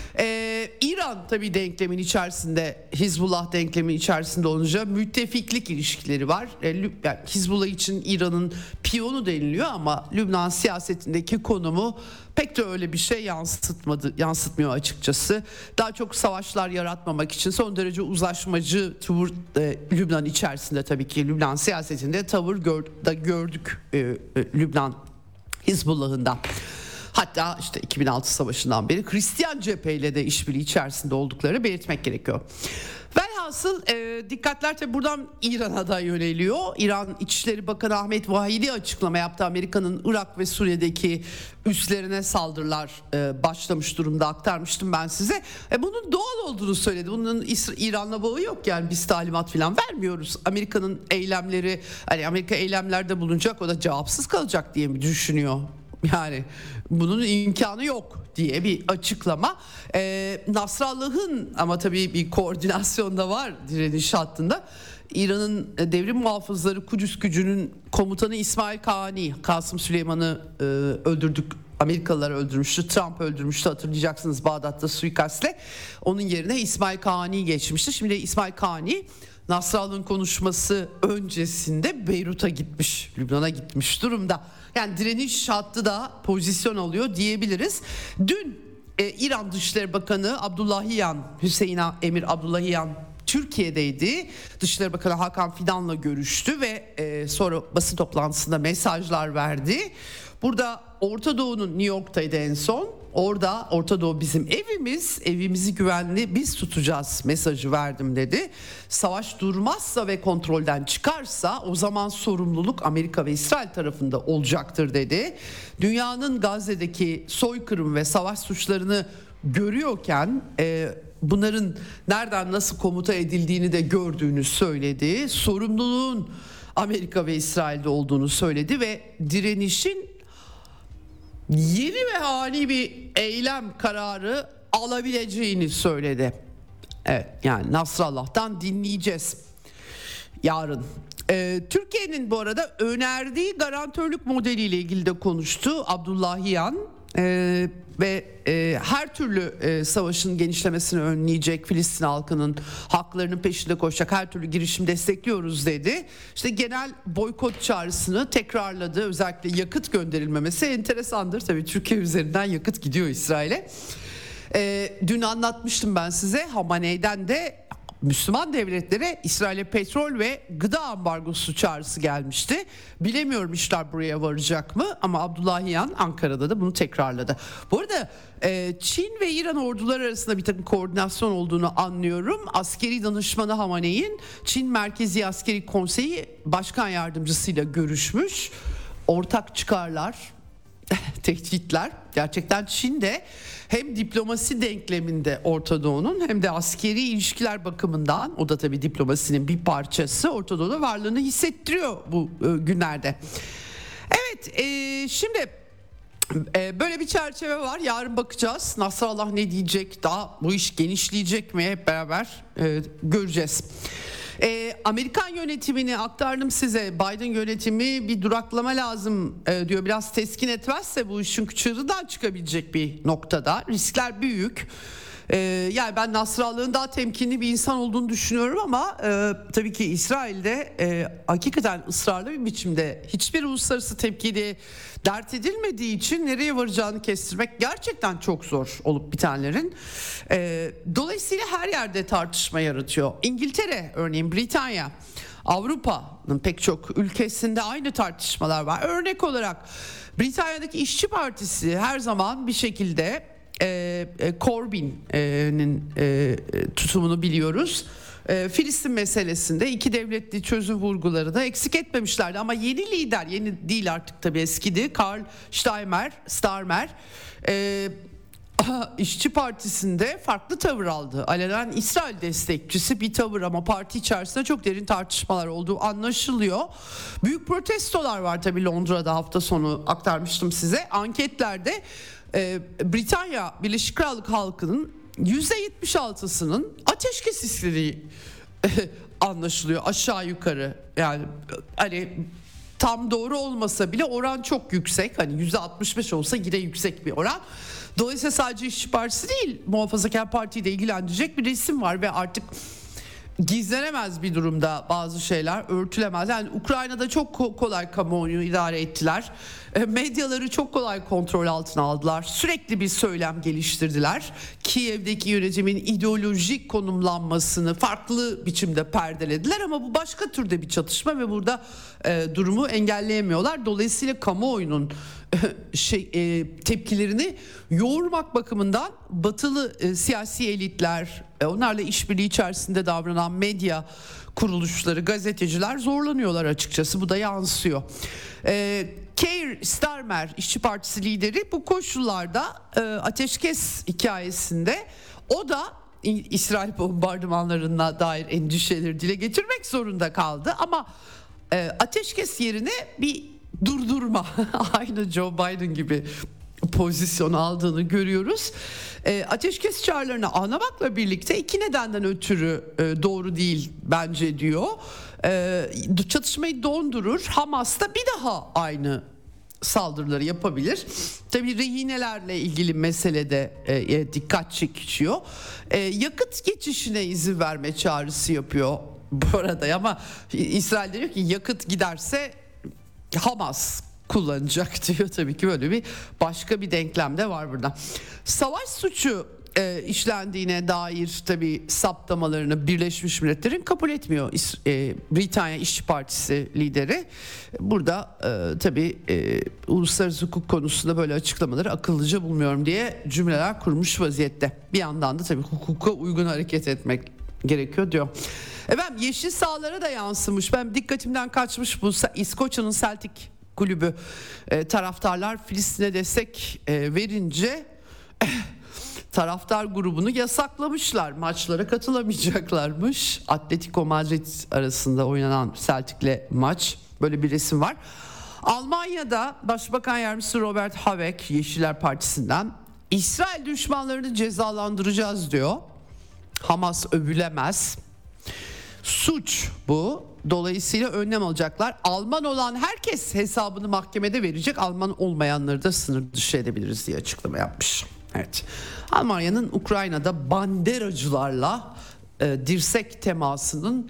Ee, İran tabii denklemin içerisinde, Hizbullah denklemin içerisinde olunca müttefiklik ilişkileri var. Ee, yani Hizbullah için İran'ın piyonu deniliyor ama Lübnan siyasetindeki konumu pek de öyle bir şey yansıtmadı, yansıtmıyor açıkçası. Daha çok savaşlar yaratmamak için son derece uzlaşmacı tavır e, Lübnan içerisinde, tabii ki Lübnan siyasetinde tavır gör, da gördük e, e, Lübnan Hizbullah'ından. Hatta işte iki bin altı savaşından beri Hristiyan cepheyle de işbirliği içerisinde olduklarını belirtmek gerekiyor. Velhasıl e, dikkatler tabi buradan İran'a da yöneliyor. İran İçişleri Bakanı Ahmet Vahidi açıklama yaptı. Amerika'nın Irak ve Suriye'deki üslerine saldırılar e, başlamış durumda, aktarmıştım ben size. E, bunun doğal olduğunu söyledi. Bunun İs- İran'la bağı yok, yani biz talimat falan vermiyoruz. Amerika'nın eylemleri, hani Amerika eylemlerde bulunacak, o da cevapsız kalacak diye mi düşünüyor? Yani bunun imkanı yok diye bir açıklama. Ee, Nasrallah'ın ama tabii bir koordinasyon da var direniş hattında. İran'ın devrim muhafızları Kudüs gücünün komutanı İsmail Kani, Kasım Süleyman'ı e, öldürdük. Amerikalılar öldürmüştü, Trump öldürmüştü, hatırlayacaksınız Bağdat'ta suikastle. Onun yerine İsmail Kani geçmişti. Şimdi İsmail Kani Nasrallah'ın konuşması öncesinde Beyrut'a gitmiş, Lübnan'a gitmiş durumda. Yani direniş hattı da pozisyon alıyor diyebiliriz. Dün e, İran Dışişleri Bakanı Abdullahiyan, Hüseyin Emir Abdullahiyan Türkiye'deydi. Dışişleri Bakanı Hakan Fidan'la görüştü ve e, sonra basın toplantısında mesajlar verdi. Burada Orta Doğu'nun New York'taydı en son. Orada Orta Doğu bizim evimiz, evimizi güvenli biz tutacağız mesajı verdim dedi. Savaş durmazsa ve kontrolden çıkarsa o zaman sorumluluk Amerika ve İsrail tarafında olacaktır dedi. Dünyanın Gazze'deki soykırım ve savaş suçlarını görüyorken e, bunların nereden nasıl komuta edildiğini de gördüğünü söyledi. Sorumluluğun Amerika ve İsrail'de olduğunu söyledi ve direnişin yeni ve ani bir eylem kararı alabileceğini söyledi. Evet, yani Nasrallah'tan dinleyeceğiz yarın. Ee, Türkiye'nin bu arada önerdiği garantörlük modeliyle ilgili de konuştu Abdullahiyan. Ee, ve e, her türlü e, savaşın genişlemesini önleyecek, Filistin halkının haklarının peşinde koşacak her türlü girişim destekliyoruz dedi. İşte genel boykot çağrısını tekrarladı. Özellikle yakıt gönderilmemesi enteresandır. Tabii Türkiye üzerinden yakıt gidiyor İsrail'e. E, dün anlatmıştım ben size, Hamaney'den de Müslüman devletlere İsrail'e petrol ve gıda ambargosu çağrısı gelmişti. Bilemiyorum işler buraya varacak mı ama Abdullahiyan Ankara'da da bunu tekrarladı. Bu arada Çin ve İran orduları arasında bir takım koordinasyon olduğunu anlıyorum. Askeri danışmanı Hamaney'in Çin Merkezi Askeri Konseyi Başkan Yardımcısıyla görüşmüş. Ortak çıkarlar, tehditler, gerçekten Çin'de hem diplomasi denkleminde Orta Doğu'nun hem de askeri ilişkiler bakımından, o da tabii diplomasinin bir parçası, Orta Doğu'da varlığını hissettiriyor bu e, günlerde. Evet, e, şimdi e, böyle bir çerçeve var. Yarın bakacağız Nasrallah ne diyecek, daha bu iş genişleyecek mi, hep beraber e, göreceğiz. E, Amerikan yönetimini aktardım size. Biden yönetimi bir duraklama lazım e, diyor. Biraz teskin etmezse bu işin çığırından çıkabilecek bir noktada. Riskler büyük. E, yani ben Nasrallah'ın daha temkinli bir insan olduğunu düşünüyorum ama e, tabii ki İsrail'de e, hakikaten ısrarlı bir biçimde hiçbir uluslararası tepkide dert edilmediği için nereye varacağını kestirmek gerçekten çok zor olup bitenlerin. E, dolayısıyla her yerde tartışma yaratıyor. İngiltere örneğin, Britanya, Avrupa'nın pek çok ülkesinde aynı tartışmalar var. Örnek olarak Britanya'daki İşçi Partisi her zaman bir şekilde e, e, Corbyn'in e, tutumunu biliyoruz. E, Filistin meselesinde iki devletli çözüm vurguları da eksik etmemişlerdi ama yeni lider, yeni değil artık tabii, eskidi, Karl Steinmeier, Starmer e, İşçi Partisi'nde farklı tavır aldı. Alenen İsrail destekçisi bir tavır ama parti içerisinde çok derin tartışmalar olduğu anlaşılıyor. Büyük protestolar var tabii Londra'da, hafta sonu aktarmıştım size. Anketlerde e, Britanya Birleşik Krallık halkının yüzde yetmiş altısının ateşkes istediği anlaşılıyor aşağı yukarı. Yani hani tam doğru olmasa bile oran çok yüksek. Hani yüzde altmış beş olsa yine yüksek bir oran. Dolayısıyla sadece İşçi Partisi değil, Muhafazakar Parti'yi de ilgilendirecek bir resim var ve artık gizlenemez bir durumda bazı şeyler, örtülemez. Yani Ukrayna'da çok kolay kamuoyunu idare ettiler. Medyaları çok kolay kontrol altına aldılar. Sürekli bir söylem geliştirdiler. Kiev'deki yönetimin ideolojik konumlanmasını farklı biçimde perdelediler ama bu başka türde bir çatışma ve burada e, durumu engelleyemiyorlar. Dolayısıyla kamuoyunun şey e, tepkilerini yoğurmak bakımından batılı e, siyasi elitler, e, onlarla işbirliği içerisinde davranan medya kuruluşları, gazeteciler zorlanıyorlar açıkçası. Bu da yansıyor. E, Keir Starmer, İşçi Partisi lideri, bu koşullarda e, ateşkes hikayesinde o da İsrail bombardımanlarına dair endişeleri dile getirmek zorunda kaldı ama e, ateşkes yerine bir durdurma. Aynı Joe Biden gibi pozisyon aldığını görüyoruz. E, ateşkes çağrılarını anlamakla birlikte iki nedenden ötürü e, doğru değil bence diyor. E, çatışmayı dondurur. Hamas da bir daha aynı saldırıları yapabilir. Tabii rehinelerle ilgili meselede e, dikkat çekiyor. E, yakıt geçişine izin verme çağrısı yapıyor bu arada, ama İsrail diyor ki yakıt giderse Hamas kullanacak diyor. Tabii ki böyle bir başka bir denklem de var burada. Savaş suçu e, işlendiğine dair tabii saptamalarını Birleşmiş Milletler'in kabul etmiyor. E, Britanya İşçi Partisi lideri burada e, tabii e, uluslararası hukuk konusunda böyle açıklamaları akıllıca bulmuyorum diye cümleler kurmuş vaziyette. Bir yandan da tabii hukuka uygun hareket etmek gerekiyor diyor. Efendim yeşil sahalara da yansımış. Ben dikkatimden kaçmış bu İskoçya'nın Celtic kulübü e, taraftarlar Filistin'e destek e, verince e, taraftar grubunu yasaklamışlar. Maçlara katılamayacaklarmış. Atletico Madrid arasında oynanan Celtic'le maç. Böyle bir resim var. Almanya'da Başbakan Yardımcısı Robert Habeck Yeşiller Partisi'nden İsrail düşmanlarını cezalandıracağız diyor. Hamas övülemez. Suç bu. Dolayısıyla önlem alacaklar. Alman olan herkes hesabını mahkemede verecek. Alman olmayanları da sınır dışı edebiliriz diye açıklama yapmış. Evet. Almanya'nın Ukrayna'da banderacılarla e, dirsek temasının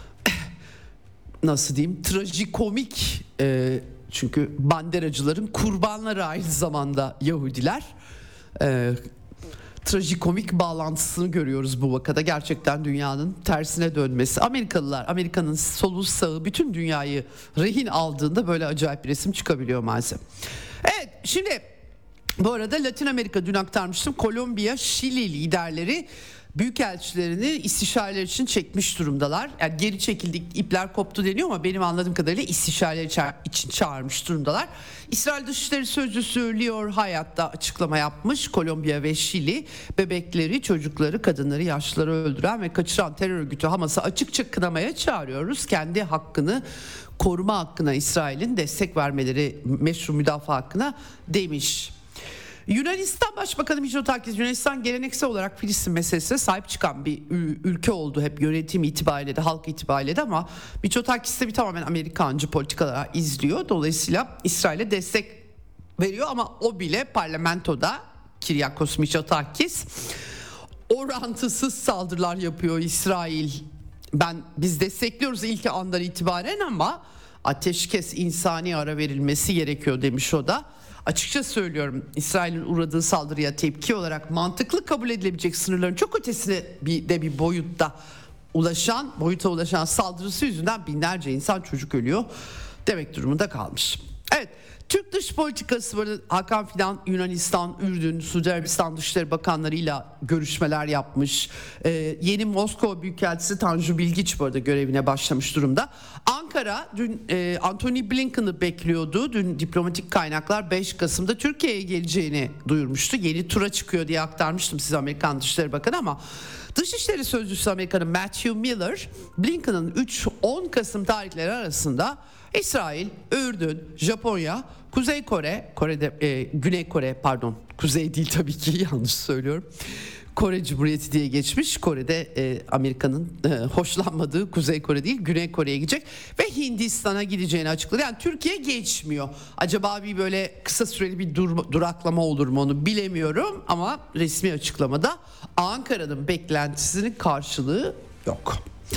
nasıl diyeyim trajikomik e, çünkü banderacıların kurbanları aynı zamanda Yahudiler. E, trajikomik bağlantısını görüyoruz bu vakada. Gerçekten dünyanın tersine dönmesi. Amerikalılar, Amerika'nın solu sağı bütün dünyayı rehin aldığında böyle acayip bir resim çıkabiliyor maalesef. Evet, şimdi bu arada Latin Amerika, dün aktarmıştım. Kolombiya, Şili liderleri büyükelçilerini istişareler için çekmiş durumdalar. Yani geri çekildik, ipler koptu deniyor ama benim anladığım kadarıyla istişareler için çağırmış durumdalar. İsrail Dışişleri Sözcüsü Lior Hayat da açıklama yapmış. Kolombiya ve Şili bebekleri, çocukları, kadınları, yaşlıları öldüren ve kaçıran terör örgütü Hamas'ı açıkça kınamaya çağırıyoruz. Kendi hakkını koruma hakkına İsrail'in destek vermeleri, meşru müdafaa hakkına demiş. Yunanistan Başbakanı Mitsotakis, Yunanistan geleneksel olarak Filistin meselesine sahip çıkan bir ülke oldu hep yönetim itibariyle de, halk itibariyle de, ama Mitsotakis de bir tamamen Amerikancı politikalar izliyor. Dolayısıyla İsrail'e destek veriyor ama o bile parlamentoda Kyriakos Mitsotakis orantısız saldırılar yapıyor İsrail. Ben biz destekliyoruz ilk andan itibaren ama ateşkes, insani ara verilmesi gerekiyor demiş o da. Açıkça söylüyorum, İsrail'in uğradığı saldırıya tepki olarak mantıklı kabul edilebilecek sınırların çok ötesine bir de bir boyutta ulaşan, boyuta ulaşan saldırısı yüzünden binlerce insan, çocuk ölüyor demek durumunda kalmış. Evet, Türk dış politikası var. Hakan Fidan Yunanistan, Ürdün, Suudi Arabistan Dışişleri Bakanlarıyla görüşmeler yapmış. Ee, yeni Moskova Büyükelçisi Tanju Bilgiç bu arada görevine başlamış durumda. Ankara dün e, Antony Blinken'ı bekliyordu. Dün diplomatik kaynaklar beş Kasım'da Türkiye'ye geleceğini duyurmuştu. Yeni tura çıkıyor diye aktarmıştım size Amerikan Dışişleri Bakanı, ama Dışişleri Sözcüsü Amerika'nın Matthew Miller, Blinken'ın üç on Kasım tarihleri arasında İsrail, Ürdün, Japonya, Kuzey Kore, Kore'de e, Güney Kore pardon, Kuzey değil tabii ki yanlış söylüyorum. Kore Cumhuriyeti diye geçmiş. Kore'de e, Amerika'nın e, hoşlanmadığı Kuzey Kore değil, Güney Kore'ye gidecek ve Hindistan'a gideceğini açıkladı. Yani Türkiye geçmiyor. Acaba bir böyle kısa süreli bir dur, duraklama olur mu onu bilemiyorum ama resmi açıklamada Ankara'nın beklentisinin karşılığı yok.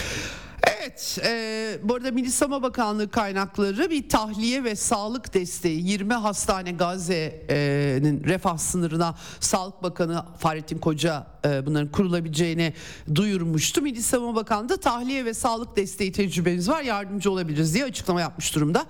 Evet, e, bu arada Milli Savunma Bakanlığı kaynakları bir tahliye ve sağlık desteği yirmi hastane Gazze'nin refah sınırına Sağlık Bakanı Fahrettin Koca e, bunların kurulabileceğini duyurmuştu. Milli Savunma Bakanlığı da tahliye ve sağlık desteği tecrübemiz var, yardımcı olabiliriz diye açıklama yapmış durumda.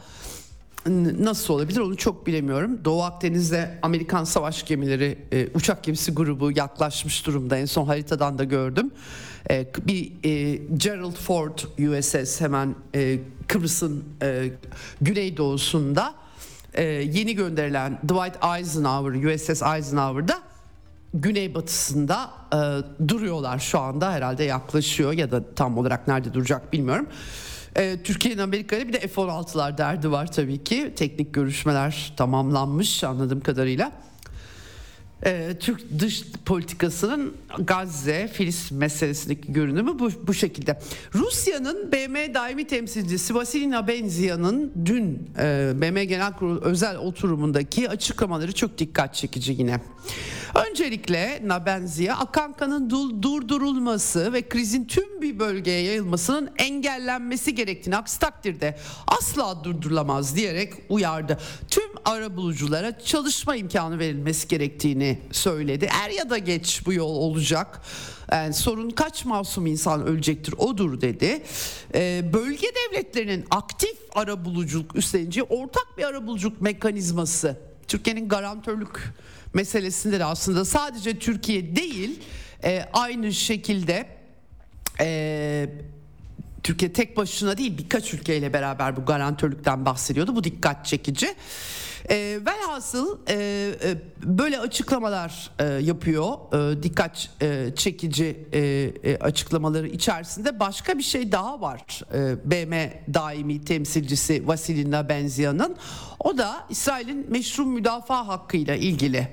Nasıl olabilir onu çok bilemiyorum. Doğu Akdeniz'de Amerikan savaş gemileri, e, uçak gemisi grubu yaklaşmış durumda. En son haritadan da gördüm. E, bir e, Gerald Ford U S S hemen e, Kıbrıs'ın e, güneydoğusunda e, yeni gönderilen Dwight Eisenhower U S S Eisenhower'da güneybatısında e, duruyorlar şu anda, herhalde yaklaşıyor ya da tam olarak nerede duracak bilmiyorum. Ee, Türkiye'nin Amerika'yla bir de F on altılar derdi var tabii ki. Teknik görüşmeler tamamlanmış anladığım kadarıyla. Ee, Türk dış politikasının Gazze, Filistin meselesindeki görünümü bu, bu şekilde. Rusya'nın B M daimi temsilcisi Vasily Nabenziya'nın dün e, B M Genel Kurulu özel oturumundaki açıklamaları çok dikkat çekici yine. Öncelikle Nabenziya, akan kanın durdurulması ve krizin tüm bir bölgeye yayılmasının engellenmesi gerektiğini, aksi takdirde asla durdurulamaz diyerek uyardı. Tüm arabuluculara çalışma imkanı verilmesi gerektiğini söyledi. Er ya da geç bu yol olacak. Yani sorun kaç masum insan ölecektir odur dedi. Ee, bölge devletlerinin aktif arabuluculuk üstleneceği ortak bir arabuluculuk mekanizması. Türkiye'nin garantörlük meselesinde de aslında sadece Türkiye değil e, aynı şekilde e, Türkiye tek başına değil birkaç ülkeyle beraber bu garantörlükten bahsediyordu. Bu dikkat çekici. E, velhasıl e, e, böyle açıklamalar e, yapıyor. E, dikkat e, çekici e, e, açıklamaları içerisinde başka bir şey daha var. E, B M daimi temsilcisi Vasily Nabenziya'nın. O da İsrail'in meşru müdafaa hakkıyla ilgili.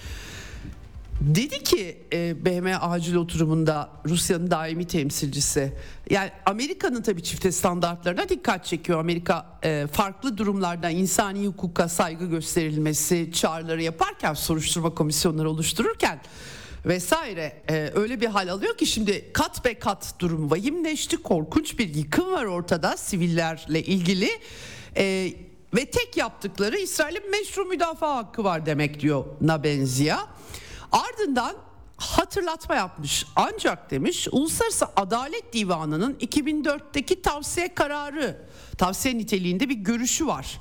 Dedi ki e, B M acil oturumunda Rusya'nın daimi temsilcisi, yani Amerika'nın tabii çifte standartlarına dikkat çekiyor. Amerika e, farklı durumlarda insani hukuka saygı gösterilmesi çağrıları yaparken, soruşturma komisyonları oluştururken vesaire e, öyle bir hal alıyor ki şimdi kat be kat durum vahimleşti. Korkunç bir yıkım var ortada sivillerle ilgili e, ve tek yaptıkları İsrail'in meşru müdafaa hakkı var demek diyor Nabenziya. Ardından hatırlatma yapmış, ancak demiş Uluslararası Adalet Divanı'nın iki bin dörtteki tavsiye kararı, tavsiye niteliğinde bir görüşü var.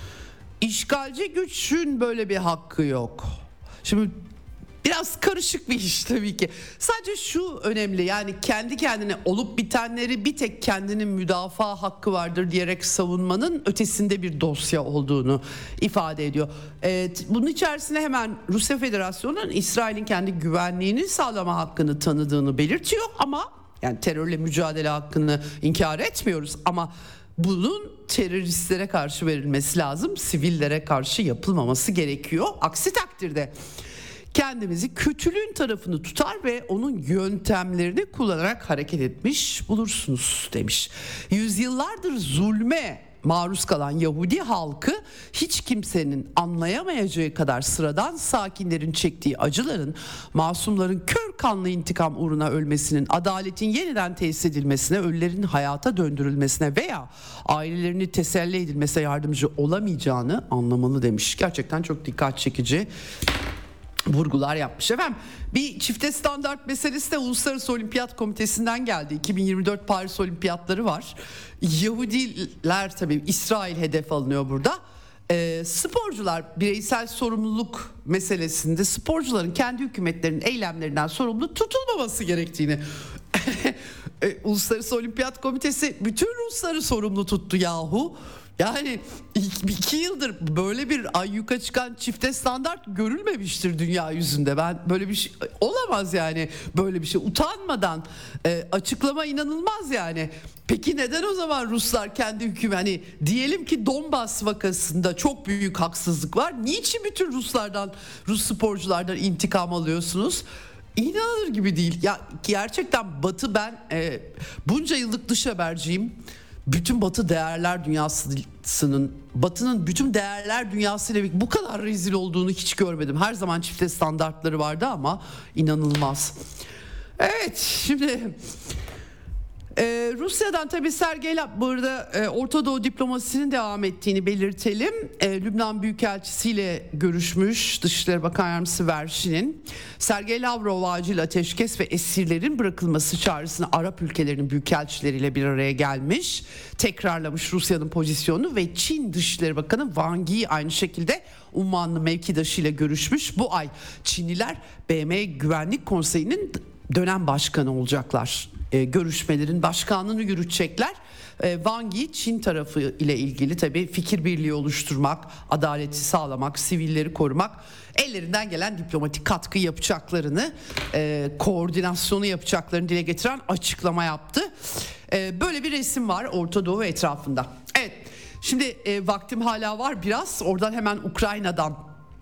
İşgalci gücün böyle bir hakkı yok. Şimdi biraz karışık bir iş tabii ki. Sadece şu önemli, yani kendi kendine olup bitenleri bir tek kendinin müdafaa hakkı vardır diyerek savunmanın ötesinde bir dosya olduğunu ifade ediyor. Ee, bunun içerisine hemen Rusya Federasyonu'nun İsrail'in kendi güvenliğini sağlama hakkını tanıdığını belirtiyor ama yani terörle mücadele hakkını inkar etmiyoruz ama bunun teröristlere karşı verilmesi lazım, sivillere karşı yapılmaması gerekiyor. Aksi takdirde kendimizi kötülüğün tarafını tutar ve onun yöntemlerini kullanarak hareket etmiş bulursunuz demiş. Yüzyıllardır zulme maruz kalan Yahudi halkı hiç kimsenin anlayamayacağı kadar sıradan sakinlerin çektiği acıların, masumların kör kanlı intikam uğruna ölmesinin, adaletin yeniden tesis edilmesine, ölülerin hayata döndürülmesine veya ailelerini teselli edilmesine yardımcı olamayacağını anlamalı demiş. Gerçekten çok dikkat çekici vurgular yapmış efendim. Bir çifte standart meselesi de Uluslararası Olimpiyat Komitesi'nden geldi. iki bin yirmi dört Paris Olimpiyatları var. Yahudiler tabii, İsrail hedef alınıyor burada. Ee, sporcular bireysel sorumluluk meselesinde sporcuların kendi hükümetlerinin eylemlerinden sorumlu tutulmaması gerektiğini e, Uluslararası Olimpiyat Komitesi bütün Rusları sorumlu tuttu yahu. Yani iki yıldır böyle bir ayyuka çıkan çifte standart görülmemiştir dünya yüzünde. Ben böyle bir şey olamaz yani, böyle bir şey utanmadan e, açıklama inanılmaz yani. Peki neden o zaman Ruslar kendi hüküm, hani diyelim ki Donbas vakasında çok büyük haksızlık var. Niçin bütün Ruslardan, Rus sporculardan intikam alıyorsunuz? İnanılır gibi değil. Ya gerçekten Batı, ben e, bunca yıllık dış haberciyim. Bütün Batı değerler dünyasının, Batı'nın bütün değerler dünyasıyla bu kadar rezil olduğunu hiç görmedim. Her zaman çifte standartları vardı ama inanılmaz. Evet, şimdi e, Rusya'dan tabii Sergey Lavrov burada e, Orta Doğu diplomasisinin devam ettiğini belirtelim. E, Lübnan Büyükelçisi ile görüşmüş Dışişleri Bakan Yardımcısı Verşin'in. Sergey Lavrov acil ateşkes ve esirlerin bırakılması çağrısını Arap ülkelerinin büyükelçileriyle bir araya gelmiş. Tekrarlamış Rusya'nın pozisyonunu ve Çin Dışişleri Bakanı Wang Yi aynı şekilde Ummanlı mevkidaşıyla görüşmüş. Bu ay Çinliler B M Güvenlik Konseyi'nin dönem başkanı olacaklar. E, görüşmelerin başkanlığını yürütecekler. E, Wang Yi Çin tarafı ile ilgili tabii fikir birliği oluşturmak, adaleti sağlamak, sivilleri korumak, ellerinden gelen diplomatik katkı yapacaklarını, e, koordinasyonu yapacaklarını dile getiren açıklama yaptı. E, böyle bir resim var Orta Doğu etrafında. Evet, şimdi e, vaktim hala var biraz. Oradan hemen Ukrayna'dan,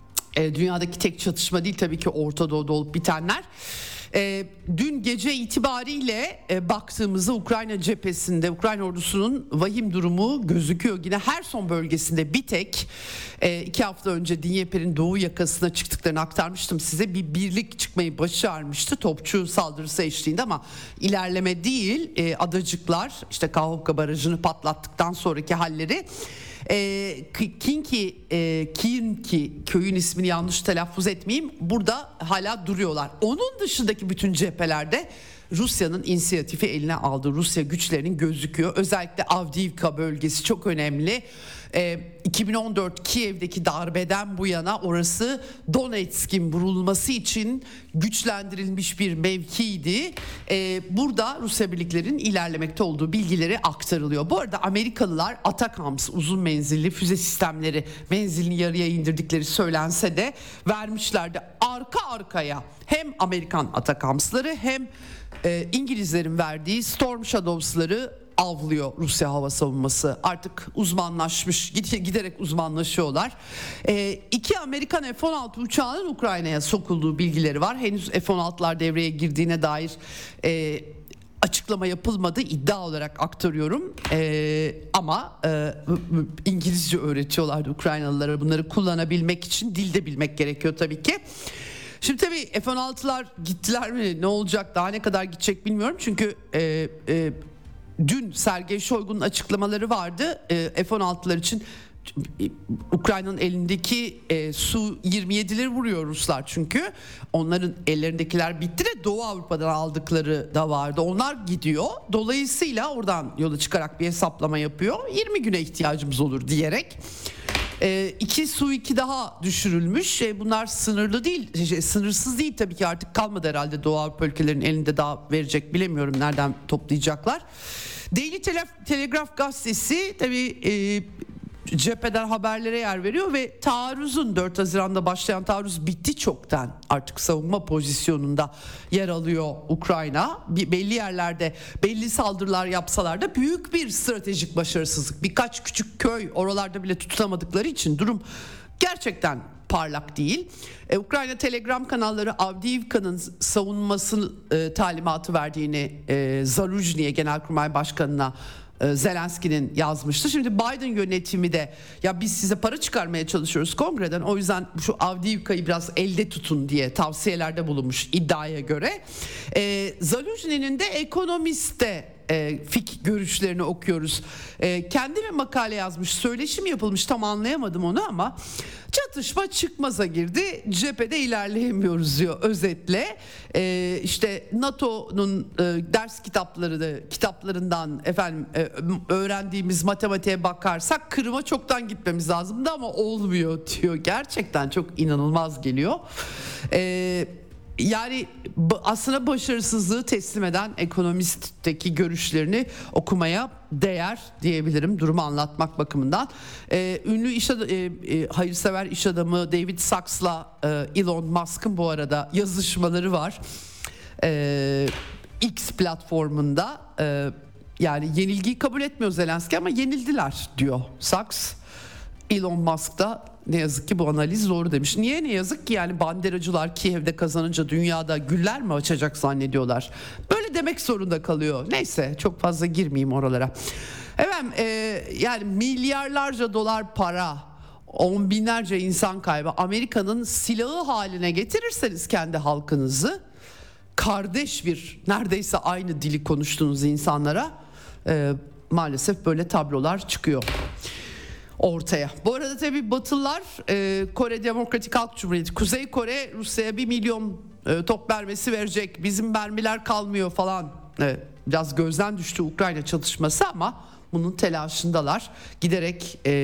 e, dünyadaki tek çatışma değil tabii ki Orta Doğu'da olup bitenler. E, dün gece itibariyle e, baktığımızda Ukrayna cephesinde Ukrayna ordusunun vahim durumu gözüküyor. Yine Herson bölgesinde bir tek e, iki hafta önce Dnyepr'in doğu yakasına çıktıklarını aktarmıştım size. Bir birlik çıkmayı başarmıştı topçu saldırısı eşliğinde, ama ilerleme değil, e, adacıklar işte Kahovka Barajı'nı patlattıktan sonraki halleri. E, Kinki, e, Kinki köyün ismini yanlış telaffuz etmeyeyim, burada hala duruyorlar. Onun dışındaki bütün cephelerde Rusya'nın inisiyatifi eline aldı. Rusya güçlerinin gözüküyor. Özellikle Avdiivka bölgesi çok önemli. E, iki bin on dört Kiev'deki darbeden bu yana orası Donetsk'in vurulması için güçlendirilmiş bir mevkiydi. E, burada Rusya birliklerinin ilerlemekte olduğu bilgileri aktarılıyor. Bu arada Amerikalılar Atakams uzun menzilli füze sistemleri menzilini yarıya indirdikleri söylense de vermişlerdi arka arkaya hem Amerikan Atakams'ları hem e, İngilizlerin verdiği Storm Shadows'ları avlıyor Rusya hava savunması. Artık uzmanlaşmış, giderek uzmanlaşıyorlar. E, iki Amerikan F on altı uçağının Ukrayna'ya sokulduğu bilgileri var. Henüz F on altılar devreye girdiğine dair e, açıklama yapılmadı, iddia olarak aktarıyorum. E, ama e, İngilizce öğretiyorlardı Ukraynalılara, bunları kullanabilmek için dil de bilmek gerekiyor tabii ki. Şimdi tabii F on altılar gittiler mi, ne olacak, daha ne kadar gidecek bilmiyorum. Çünkü e, e, dün Sergey Shoigu'nun açıklamaları vardı. E, F on altılar için Ukrayna'nın elindeki e, Su yirmi yedileri vuruyor Ruslar çünkü. Onların ellerindekiler bitti de Doğu Avrupa'dan aldıkları da vardı. Onlar gidiyor. Dolayısıyla oradan yola çıkarak bir hesaplama yapıyor. yirmi güne ihtiyacımız olur diyerek. E, iki Su iki daha düşürülmüş. E, bunlar sınırlı değil, şey, sınırsız değil tabii ki, artık kalmadı herhalde Doğu Avrupa ülkelerinin elinde, daha verecek bilemiyorum nereden toplayacaklar. Daily Tele- Telegraph gazetesi tabii e, cepheden haberlere yer veriyor ve taarruzun dört Haziran'da başlayan taarruz bitti çoktan. Artık savunma pozisyonunda yer alıyor Ukrayna. Bir, belli yerlerde belli saldırılar yapsalar da büyük bir stratejik başarısızlık. Birkaç küçük köy oralarda bile tutunamadıkları için durum gerçekten parlak değil. Ee, Ukrayna Telegram kanalları Avdiivka'nın savunması e, talimatı verdiğini e, Zaruzhny'ye, Genelkurmay Başkanı'na Zelenski'nin yazmıştı. Şimdi Biden yönetimi de ya biz size para çıkarmaya çalışıyoruz kongreden, o yüzden şu Avdiivka'yı biraz elde tutun diye tavsiyelerde bulunmuş iddiaya göre. Ee, Zaruzhny'nin de Ekonomist'te e, fik görüşlerini okuyoruz. E, kendi bir makale yazmış, söyleşim yapılmış, tam anlayamadım onu ama çatışma çıkmaza girdi, cephede ilerleyemiyoruz diyor özetle. E, işte NATO'nun e, ders kitapları da, kitaplarından efendim e, öğrendiğimiz matematiğe bakarsak Kırım'a çoktan gitmemiz lazımdı ama olmuyor diyor. Gerçekten çok inanılmaz geliyor. Eee Yani aslında başarısızlığı teslim eden Ekonomist'teki görüşlerini okumaya değer diyebilirim durumu anlatmak bakımından. Ee, ünlü iş ad- e, e, hayırsever iş adamı David Sacks'la e, Elon Musk'ın bu arada yazışmaları var. E, X platformunda e, yani yenilgiyi kabul etmiyor Zelenski ama yenildiler diyor Sacks. Elon Musk da ne yazık ki bu analiz doğru demiş. Niye ne yazık ki, yani banderacılar Kiev'de kazanınca dünyada güller mi açacak zannediyorlar. Böyle demek zorunda kalıyor. Neyse, çok fazla girmeyeyim oralara. Efendim e, yani milyarlarca dolar para, on binlerce insan kaybı, Amerika'nın silahı haline getirirseniz kendi halkınızı, kardeş bir, neredeyse aynı dili konuştuğunuz insanlara e, maalesef böyle tablolar çıkıyor ortaya. Bu arada tabii Batılılar e, Kore Demokratik Halk Cumhuriyeti, Kuzey Kore Rusya'ya bir milyon e, top mermisi verecek, bizim mermiler kalmıyor falan. E, biraz gözden düştü Ukrayna çatışması ama bunun telaşındalar. Giderek e,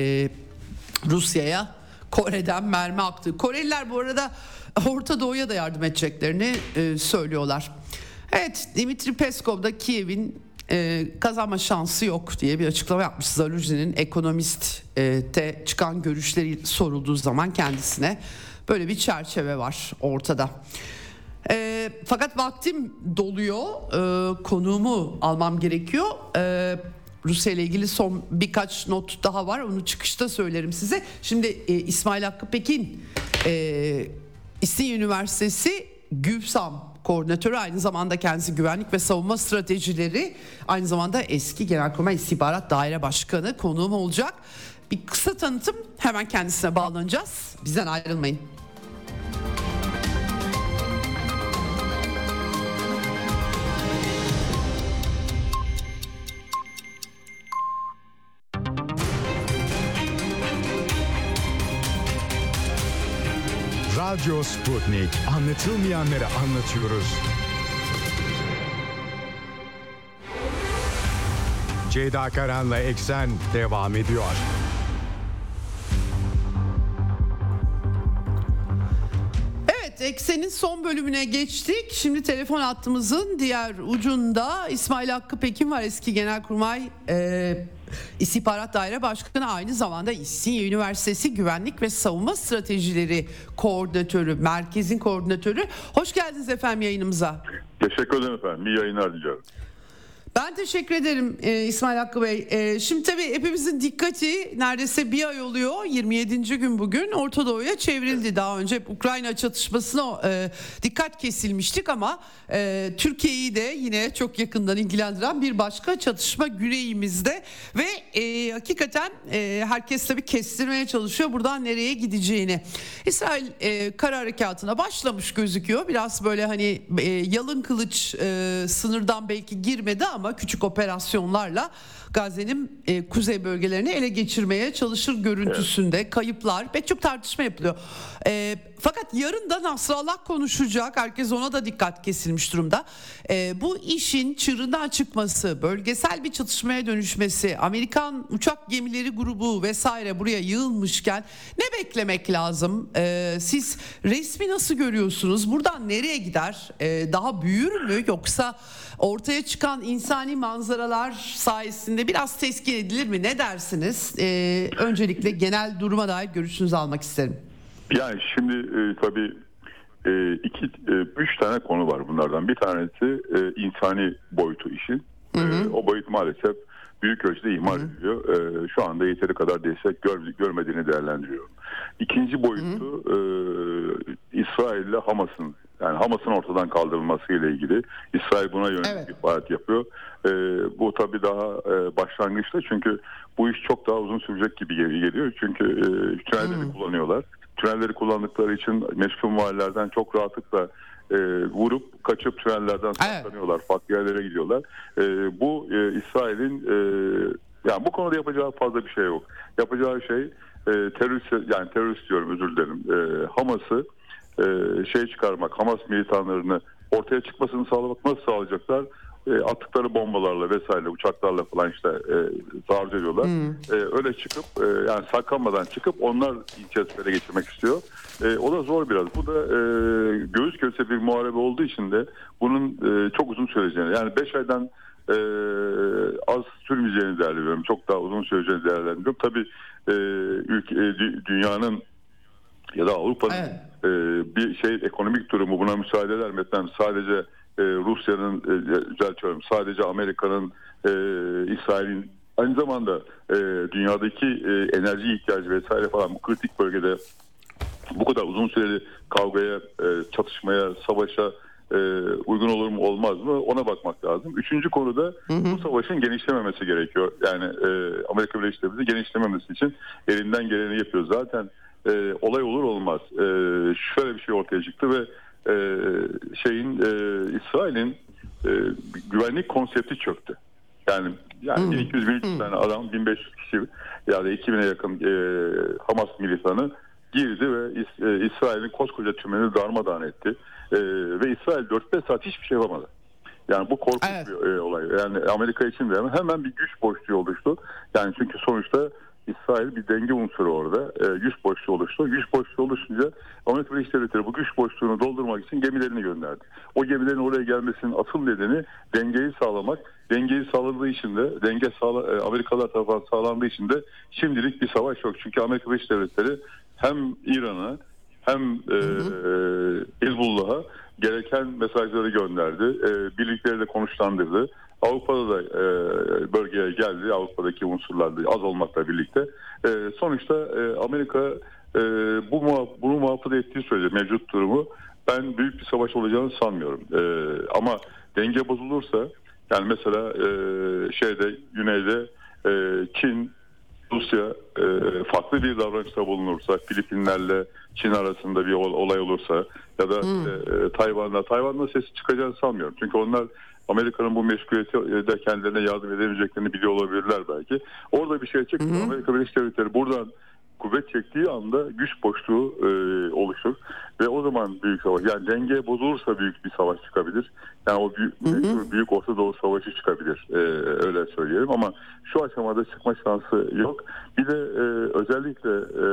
Rusya'ya Kore'den mermi aktı. Koreliler bu arada Orta Doğu'ya da yardım edeceklerini e, söylüyorlar. Evet, Dmitri Peskov da Kiev'in Ee, kazanma şansı yok diye bir açıklama yapmış. Zaruzhny'nin Ekonomist'te çıkan görüşleri sorulduğu zaman kendisine böyle bir çerçeve var ortada. E, fakat vaktim doluyor. E, konuğumu almam gerekiyor. E, Rusya ile ilgili son birkaç not daha var. Onu çıkışta söylerim size. Şimdi e, İsmail Hakkı Pekin, e, İstinye Üniversitesi GÜVSAM koordinatörü, aynı zamanda kendisi güvenlik ve savunma stratejileri, aynı zamanda eski Genelkurmay İstihbarat Daire Başkanı konuğum olacak. Bir kısa tanıtım, hemen kendisine bağlanacağız. Bizden ayrılmayın. Radyo Sputnik. Anlatılmayanları anlatıyoruz. Ceyda Karan'la Eksen devam ediyor. Evet, Eksen'in son bölümüne geçtik. Şimdi telefon hattımızın diğer ucunda İsmail Hakkı Pekin var. Eski Genelkurmay e, İstihbarat Daire Başkanı, aynı zamanda İstinye Üniversitesi Güvenlik ve Savunma Stratejileri Koordinatörü, merkezin koordinatörü. Hoş geldiniz efendim yayınımıza. Teşekkür ederim efendim. İyi yayınlar diliyorum. Ben teşekkür ederim e, İsmail Hakkı Bey. E, şimdi tabii hepimizin dikkati neredeyse bir ay oluyor. yirmi yedinci gün bugün Orta Doğu'ya çevrildi. Daha önce Ukrayna çatışmasına e, dikkat kesilmiştik ama e, Türkiye'yi de yine çok yakından ilgilendiren bir başka çatışma güneyimizde ve e, hakikaten e, herkes tabii kestirmeye çalışıyor buradan nereye gideceğini. İsrail e, kara harekatına başlamış gözüküyor. Biraz böyle hani e, yalın kılıç e, sınırdan belki girmedi ama küçük operasyonlarla Gazze'nin e, kuzey bölgelerini ele geçirmeye çalışır görüntüsünde. Evet. Kayıplar, pek çok tartışma yapılıyor. E, fakat yarın da Nasrallah konuşacak. Herkes ona da dikkat kesilmiş durumda. E, bu işin çığırından çıkması, bölgesel bir çatışmaya dönüşmesi, Amerikan uçak gemileri grubu vesaire buraya yığılmışken ne beklemek lazım? E, siz resmi nasıl görüyorsunuz? Buradan nereye gider? E, daha büyür mü, yoksa ortaya çıkan insani manzaralar sayesinde biraz teskin edilir mi? Ne dersiniz? Ee, öncelikle genel duruma dair görüşünüzü almak isterim. Yani şimdi e, tabii e, iki, e, üç tane konu var bunlardan. Bir tanesi e, insani boyutu işin. Hı hı. E, o boyut maalesef büyük ölçüde ihmal ediliyor. E, şu anda yeteri kadar destek gör, görmediğini değerlendiriyorum. İkinci boyutu e, İsrail ile Hamas'ın, yani Hamas'ın ortadan kaldırılması ile ilgili. İsrail buna yönelik evet. bir faaliyet yapıyor. Ee, bu tabii daha e, başlangıçta, çünkü bu iş çok daha uzun sürecek gibi geliyor. Çünkü e, tünelleri hmm. kullanıyorlar. Tünelleri kullandıkları için meşgul mahallelerden çok rahatlıkla e, vurup kaçıp tünellerden saklanıyorlar. Evet. Farklı yerlere gidiyorlar. E, bu e, İsrail'in e, yani bu konuda yapacağı fazla bir şey yok. Yapacağı şey e, terörist, yani terörist diyorum, özür dilerim. E, Hamas'ı e, şey çıkarmak, Hamas militanlarını ortaya çıkmasını sağlamak. Nasıl sağlayacaklar? E, attıkları bombalarla vesaire, uçaklarla falan işte e, taarruz ediyorlar. Hmm. E, öyle çıkıp e, yani saklanmadan çıkıp onlar içerisine geçirmek istiyor. E, o da zor biraz. Bu da e, göğüs göğüse bir muharebe olduğu için de bunun e, çok uzun süreceğini, yani beş aydan e, az sürmeyeceğini değerlendiriyorum. Çok daha uzun süreceğini değerlendiriyorum. Tabii e, ülke, e, dünyanın ya da Avrupa'nın evet. e, bir şey ekonomik durumu buna müsaade eder mi? Etmem. Sadece e, Rusya'nın, e, düzeltiyorum, sadece Amerika'nın, e, İsrail'in, aynı zamanda e, dünyadaki e, enerji ihtiyacı vesaire falan bu kritik bölgede bu kadar uzun süreli kavgaya, e, çatışmaya, savaşa e, uygun olur mu olmaz mı, ona bakmak lazım. Üçüncü konuda hı hı. bu savaşın genişlememesi gerekiyor. Yani e, Amerika Birleşik Devletleri genişlememesi için elinden geleni yapıyor. Zaten e, olay olur olmaz e, şöyle bir şey ortaya çıktı ve e, şeyin e, İsrail'in e, güvenlik konsepti çöktü. Yani yani bin iki yüz bin üç yüz tane adam, bin beş yüz kişi ya da iki bine yakın e, Hamas militanı girdi ve İs- e, İsrail'in koskoca tümenini darmadağın etti. E, ve İsrail dört beş saat hiçbir şey yapamadı. Yani bu korkunç evet. bir e, olay. Yani Amerika için de hemen bir güç boşluğu oluştu. Yani çünkü sonuçta İsrail bir denge unsuru orada. E, güç boşluğu oluştu. Güç boşluğu oluşunca Amerika Birleşik Devletleri bu güç boşluğunu doldurmak için gemilerini gönderdi. O gemilerin oraya gelmesinin asıl nedeni dengeyi sağlamak. Dengeyi sağladığı için de, denge sağla, e, Amerikalılar tarafından sağlandığı için de şimdilik bir savaş yok. Çünkü Amerika Birleşik Devletleri hem İran'ı hem e, Hizbullah'a gereken mesajları gönderdi. E, birlikleri de konuşlandırdı. Avrupa'da da e, bölgeye geldi. Avrupa'daki unsurlar da az olmakla birlikte. E, sonuçta e, Amerika e, bu muhaf- bunu muhafaza ettiği sürece mevcut durumu ben büyük bir savaş olacağını sanmıyorum. E, ama denge bozulursa, yani mesela e, şeyde güneyde e, Çin, Rusya e, farklı bir davranışta bulunursa, Filipinlerle Çin arasında bir olay olursa ya da hmm. e, Tayvan'da Tayvan'da sesi çıkacağını sanmıyorum. Çünkü onlar Amerika'nın bu meşguliyete kendilerine yardım edemeyeceklerini biliyor olabilirler belki. Orada bir şey çıktı. Hmm. Amerika Birleşik Devletleri buradan kuvvet çektiği anda güç boşluğu e, oluşur ve o zaman büyük savaş, yani denge bozulursa büyük bir savaş çıkabilir. Yani o büyük, hı hı. büyük Orta Doğu savaşı çıkabilir. E, öyle söyleyelim ama şu aşamada çıkma şansı yok. Bir de e, özellikle e,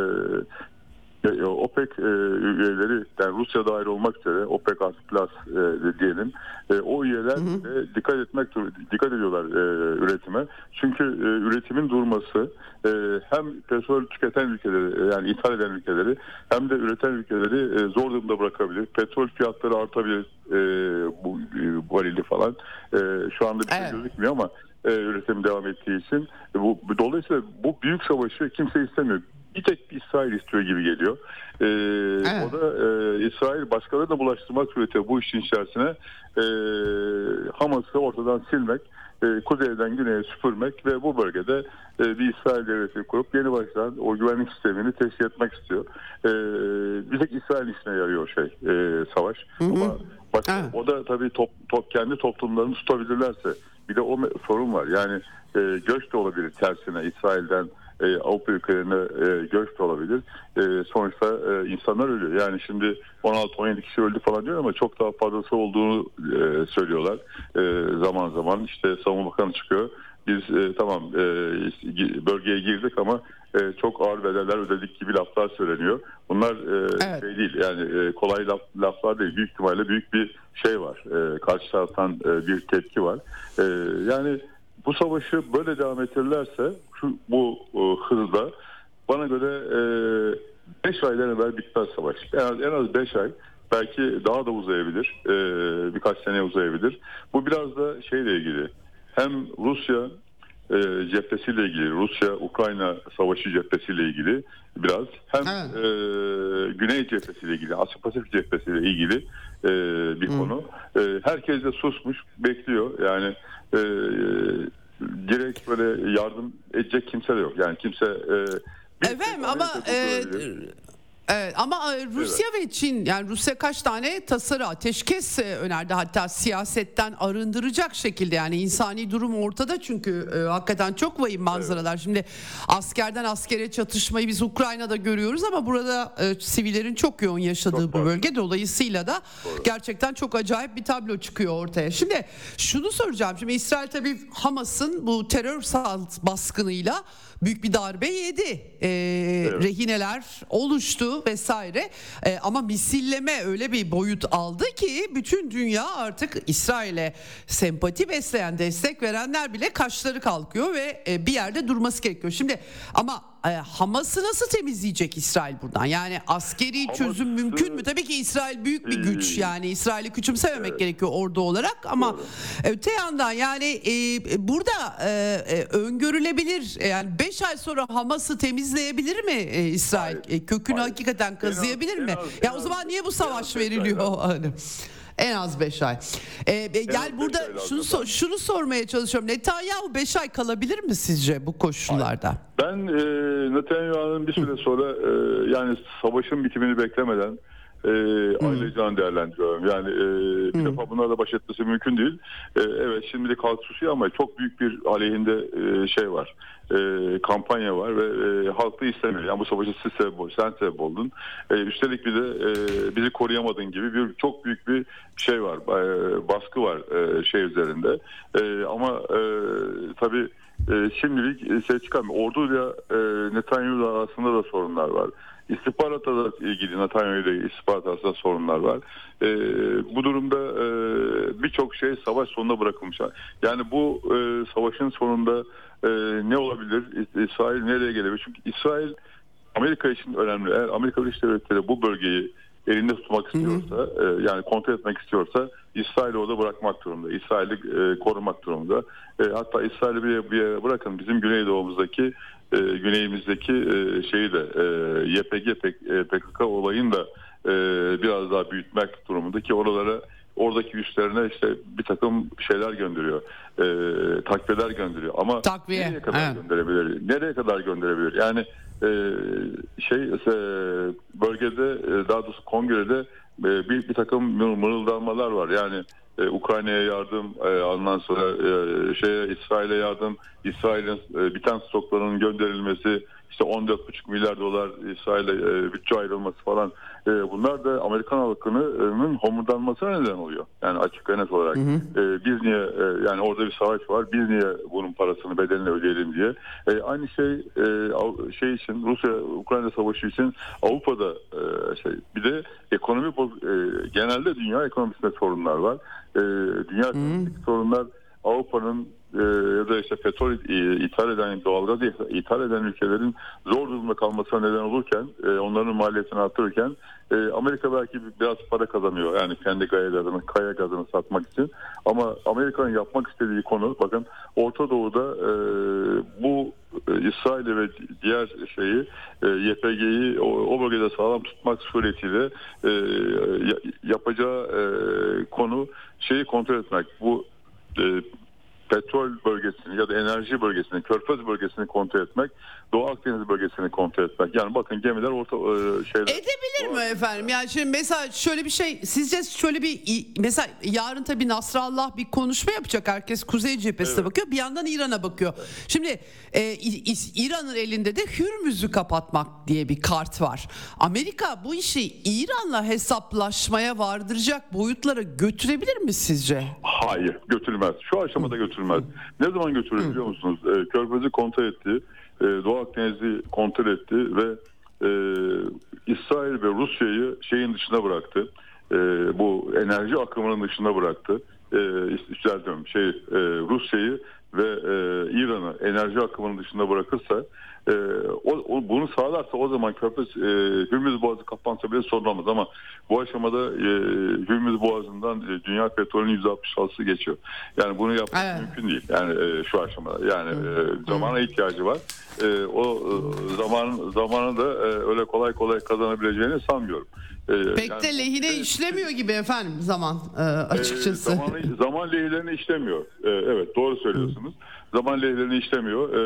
OPEC e, üyeleri, yani Rusya dahil olmak üzere OPEC Plus e, diyelim, e, o üyeler hı hı. E, dikkat etmek dikkat ediyorlar e, üretime. Çünkü e, üretimin durması e, hem petrol tüketen ülkeleri, yani ithal eden ülkeleri, hem de üreten ülkeleri e, zor durumda bırakabilir. Petrol fiyatları artabilir, e, bu e, varili falan. E, şu anda bir şey evet. gözükmüyor ama e, üretim devam ettiği için e, bu dolayısıyla bu büyük savaşı kimse istemiyor. Bir tek İsrail istiyor gibi geliyor. Ee, evet. O da e, İsrail başkalarına bulaştırmak suretiyle bu işin içerisine e, Hamas'ı ortadan silmek, e, kuzeyden güneye süpürmek ve bu bölgede e, bir İsrail devleti kurup yeni baştan o güvenlik sistemini teşkil etmek istiyor. E, bir tek İsrail işine yarıyor şey e, savaş. Hı hı. Ama başka, evet. o da tabii top, top, kendi toplumlarını tutabilirlerse, bir de o sorun var. Yani e, göç de olabilir tersine İsrail'den E, Avrupa ülkelerine e, göç de olabilir. E, sonuçta e, insanlar ölüyor. Yani şimdi on altı on yedi kişi öldü falan diyor ama çok daha fazlası olduğunu e, söylüyorlar. E, zaman zaman işte Savunma Bakanı çıkıyor. Biz e, tamam e, bölgeye girdik ama e, çok ağır bedeller ödedik gibi laflar söyleniyor. Bunlar e, evet. şey değil, yani e, kolay laf, laflar değil. Büyük ihtimalle büyük bir şey var. E, karşı taraftan e, bir tepki var. E, yani bu savaşı böyle devam ettirirlerse şu, bu e, hızla bana göre beş aydan evvel bitmez savaş. En az, en az beş ay, belki daha da uzayabilir. E, birkaç sene uzayabilir. Bu biraz da şeyle ilgili. Hem Rusya e, cephesiyle ilgili, Rusya-Ukrayna savaşı cephesiyle ilgili biraz. Hem evet. e, Güney cephesiyle ilgili, Asya Pasifik cephesiyle ilgili e, bir hmm. konu. E, herkes de susmuş, bekliyor. Yani e, direkt böyle yardım edecek kimse de yok. Yani kimse... E, Efendim ama... Evet, ama Rusya evet. ve Çin, yani Rusya kaç tane tasarı, ateşkes önerdi, hatta siyasetten arındıracak şekilde. Yani insani durum ortada çünkü e, hakikaten çok vahim manzaralar. Evet. Şimdi askerden askere çatışmayı biz Ukrayna'da görüyoruz ama burada e, sivillerin çok yoğun yaşadığı çok bir bölge. Dolayısıyla da Doğru. gerçekten çok acayip bir tablo çıkıyor ortaya. Şimdi şunu soracağım. Şimdi İsrail tabii Hamas'ın bu terör baskınıyla büyük bir darbe yedi. Ee, evet. Rehineler oluştu vesaire. Ee, ama misilleme öyle bir boyut aldı ki bütün dünya artık İsrail'e sempati besleyen, destek verenler bile kaşları kalkıyor ve e, bir yerde durması gerekiyor. Şimdi ama e, Hamas'ı nasıl temizleyecek İsrail buradan? Yani askeri Hamas, çözüm mümkün mü? Tabii ki İsrail büyük bir güç. Yani İsrail'i küçümsememek evet. gerekiyor ordu olarak ama Doğru. öte yandan yani e, burada e, e, öngörülebilir, yani beş ay sonra Hamas'ı temizleyebilir mi e, İsrail? E, kökünü Hayır. hakikaten kazıyabilir en az, mi? En az, ya en o zaman az, niye bu savaş veriliyor? En az beş ay. Ee, gel burada şunu so- şunu sormaya çalışıyorum. Netanyahu beş ay kalabilir mi sizce bu koşullarda? Ben e, Netanyahu'nun bir süre sonra e, yani savaşın bitimini beklemeden e, ayrılacağını değerlendiriyorum. Yani e, bir hmm. defa bunlarla baş etmesi mümkün değil. E, evet şimdilik halk susuyor ama çok büyük bir aleyhinde e, şey var. E, kampanya var ve e, halk da istemiyor. Yani bu savaşı siz sebep oldun, sen sebep oldun. E, üstelik bir de e, bizi koruyamadın gibi bir çok büyük bir şey var. E, baskı var e, şey üzerinde. E, ama e, tabii e, şimdilik şey çıkarmıyor. Orduyla e, Netanyahu arasında da sorunlar var. İstihbaratla da ilgili Netanyahu ile istihbarat arasında sorunlar var. E, bu durumda e, birçok şey savaş sonuna bırakılmış. Yani bu e, savaşın sonunda e, ne olabilir? İsrail nereye gelebilir? Çünkü İsrail Amerika için önemli. Eğer Amerika Birleşik Devletleri bu bölgeyi elinde tutmak istiyorsa, hı hı. E, yani kontrol etmek istiyorsa İsrail'i orada bırakmak durumunda. İsrail'i e, korumak durumunda. E, hatta İsrail'i bir, bir yere bırakın, bizim güneydoğumuzdaki, e, güneyimizdeki e, şeyi de e, Y P G P K K olayını da e, biraz daha büyütmek durumunda ki oralara, oradaki üslerine işte bir takım şeyler gönderiyor. E, takviyeler gönderiyor. Ama Takviye. nereye kadar evet. gönderebilir? Nereye kadar gönderebilir? Yani e, şey e, bölgede, e, daha doğrusu Kongre'de e, bir, bir takım mırıldanmalar var. Yani e, Ukrayna'ya yardım, e, ondan sonra e, şeye İsrail'e yardım, İsrail'in e, biten stoklarının gönderilmesi, işte on dört buçuk milyar dolar İsrail'e e, bütçe ayrılması falan, e, bunlar da Amerikan halkının homurdanmasına neden oluyor. Yani açık ve net olarak. Hı hı. E, biz niye e, yani orada bir savaş var, biz niye bunun parasını, bedelini ödeyelim diye. E, aynı şey e, şey için, Rusya-Ukrayna savaşı için Avrupa'da e, şey, bir de ekonomi e, genelde dünya ekonomisinde sorunlar var. E, dünya ekonomik sorunlar Avrupa'nın e, ya da işte petrol e, ithal eden, doğalgaz ithal eden ülkelerin zor durumda kalmasına neden olurken, e, onların maliyetini artırırken e, Amerika belki biraz para kazanıyor. Yani kendi kaya gazını, kaya gazını satmak için. Ama Amerika'nın yapmak istediği konu, bakın Orta Doğu'da e, bu e, İsrail'i ve diğer şeyi e, Y P G'yi o, o bölgede sağlam tutmak suretiyle e, yapacağı e, konu şeyi kontrol etmek. Bu e, petrol bölgesini ya da enerji bölgesini, Körfez bölgesini kontrol etmek, Doğu Akdeniz bölgesini kontrol etmek. Yani bakın gemiler orta e, şeyler. Edebilir mi efendim? Yani şimdi mesela şöyle bir şey, sizce şöyle bir, mesela yarın tabii Nasrallah bir konuşma yapacak. Herkes Kuzey cephesine evet. bakıyor. Bir yandan İran'a bakıyor. Şimdi e, İran'ın elinde de Hürmüz'ü kapatmak diye bir kart var. Amerika bu işi İran'la hesaplaşmaya vardıracak boyutlara götürebilir mi sizce? Hayır, götürmez. Şu aşamada götürmez. Ne zaman götürür biliyor musunuz? E, Körfez'i kontrol etti. E, Doğu Akdeniz'i kontrol etti ve e, İsrail ve Rusya'yı şeyin dışına bıraktı. E, bu enerji akımının dışına bıraktı. E, isterdim şey e, Rusya'yı ve e, İran'ı enerji akımının dışında bırakırsa, e, o, o bunu sağlarsa o zaman Körfez e, Hürmüz Boğazı kapansa bile sorun olmaz, ama bu aşamada e, Hürmüz Boğazı'ndan e, dünya petrolünün yüzde altmış altısı geçiyor. Yani bunu yapmak evet. mümkün değil. Yani e, şu aşamada. Yani e, zamana ihtiyacı var. E, o e, zaman zamanı da e, öyle kolay kolay kazanabileceğini sanmıyorum. E, Pek yani, de lehine e, işlemiyor gibi efendim zaman e, açıkçası. E, zaman, zaman lehlerine işlemiyor. E, evet, doğru söylüyorsunuz. Zaman lehlerine işlemiyor. E,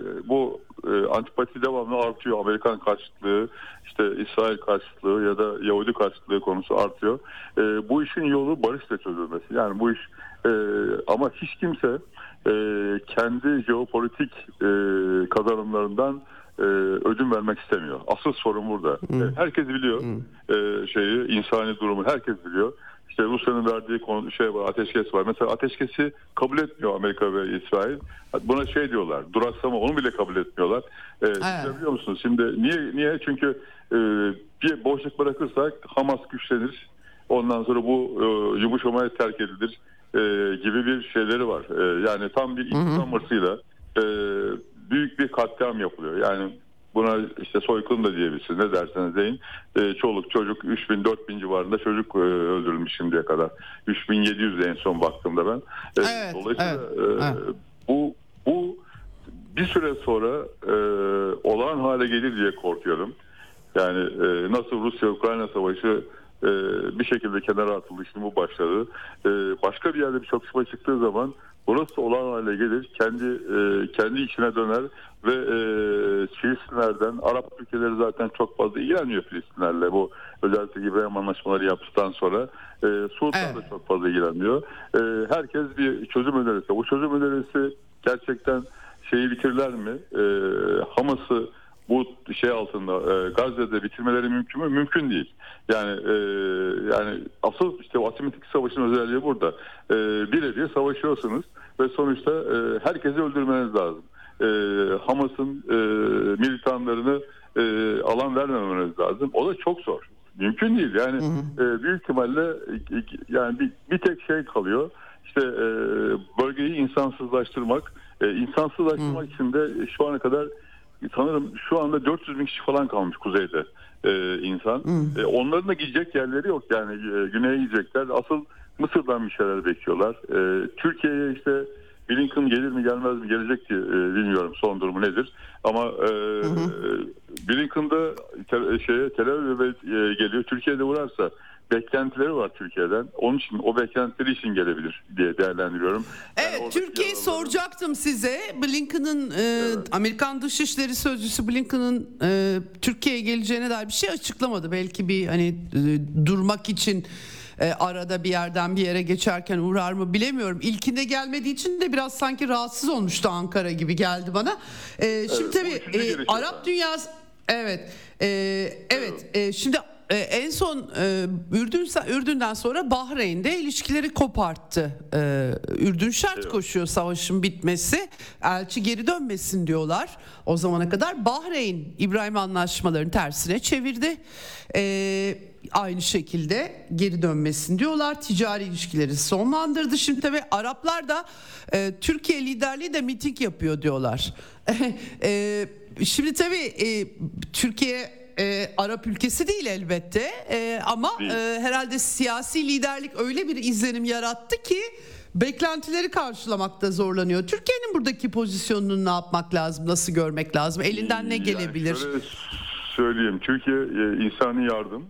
bu e, antipati devamlı artıyor. Amerikan karşıtlığı, işte İsrail karşıtlığı ya da Yahudi karşıtlığı konusu artıyor. E, bu işin yolu barışla çözülmesi. Yani bu iş e, ama hiç kimse e, kendi jeopolitik e, kazanımlarından e, ödün vermek istemiyor. Asıl sorun burada. Hmm. E, herkes biliyor hmm. e, şeyi, insani durumu herkes biliyor. İşte Rusya'nın verdiği konu, şey var, ateşkes var. Mesela ateşkesi kabul etmiyor Amerika ve İsrail. Buna şey diyorlar, duraksama, onu bile kabul etmiyorlar. Ee, evet. Biliyor musunuz? Şimdi niye? Niye? Çünkü e, bir boşluk bırakırsak Hamas güçlenir. Ondan sonra bu e, yumuşamaya terk edilir e, gibi bir şeyleri var. E, yani tam bir intikam hırsıyla e, büyük bir katliam yapılıyor. Yani buna işte soykırım da diyebilirsiniz. Ne derseniz deyin. E, çoluk çocuk üç bin dört bin civarında çocuk e, öldürülmüş şimdiye kadar. üç bin yedi yüz en son baktığımda ben. E, evet, dolayısıyla evet, e, evet. bu bu bir süre sonra e, olağan hale gelir diye korkuyorum. Yani e, nasıl Rusya-Ukrayna savaşı e, bir şekilde kenara atıldı, şimdi bu başladı. E, başka bir yerde bir çatışma çıktığı zaman burası olağan hale gelir, kendi e, kendi içine döner ve e, Filistinlerden, Arap ülkeleri zaten çok fazla ilgilenmiyor Filistinlerle. Bu özellikle İbrahim Anlaşmaları yaptıktan sonra e, Suudlar evet. da çok fazla ilgilenmiyor. E, herkes bir çözüm önerisi. Bu çözüm önerisi gerçekten şeyi bitirirler mi? E, Hamas'ı bu şey altında e, Gazze'de bitirmeleri mümkün mü? Mümkün değil. Yani e, yani asıl işte o asimetrik savaşın özelliği burada. E, birebir savaşıyorsunuz ve sonuçta e, herkesi öldürmeniz lazım. E, Hamas'ın e, militanlarını e, alan vermemeniz lazım. O da çok zor. Mümkün değil. Yani hı hı. E, büyük ihtimalle e, yani bir, bir tek şey kalıyor. İşte e, bölgeyi insansızlaştırmak. E, insansızlaştırmak hı. için de şu ana kadar sanırım şu anda dört yüz bin kişi falan kalmış kuzeyde e, insan. Hmm. E, onların da gidecek yerleri yok yani e, güneye gidecekler. Asıl Mısır'dan bir şeyler bekliyorlar. E, Türkiye'ye işte Blinken gelir mi gelmez mi gelecek diye e, bilmiyorum son durumu nedir. Ama e, hı hı. Blinken'da te, şeye, Tel Aviv'e e, geliyor. Türkiye'de uğrarsa beklentileri var Türkiye'den. Onun için o beklentileri için gelebilir diye değerlendiriyorum. Evet, yani Türkiye'yi soracaktım size. Blinken'ın e, evet. Amerikan Dışişleri Sözcüsü Blinken'ın e, Türkiye'ye geleceğine dair bir şey açıklamadı. Belki bir hani e, durmak için e, arada bir yerden bir yere geçerken uğrar mı bilemiyorum. İlkinde gelmediği için de biraz sanki rahatsız olmuştu Ankara gibi geldi bana. E, şimdi evet, tabii e, Arap yani. Dünyası evet e, evet e, şimdi Ee, en son e, Ürdün, Ürdün'den sonra Bahreyn'de ilişkileri koparttı. Ee, Ürdün şart evet. koşuyor savaşın bitmesi. Elçi geri dönmesin diyorlar. O zamana kadar Bahreyn İbrahim Anlaşmaları'nın tersine çevirdi. Ee, aynı şekilde geri dönmesin diyorlar. Ticari ilişkileri sonlandırdı. Şimdi tabii Araplar da e, Türkiye liderliği de miting yapıyor diyorlar. e, şimdi tabii e, Türkiye E, Arap ülkesi değil elbette e, ama e, herhalde siyasi liderlik öyle bir izlenim yarattı ki beklentileri karşılamakta zorlanıyor. Türkiye'nin buradaki pozisyonunu ne yapmak lazım, nasıl görmek lazım, elinden ne gelebilir? Yani şöyle söyleyeyim, Türkiye e, insani yardım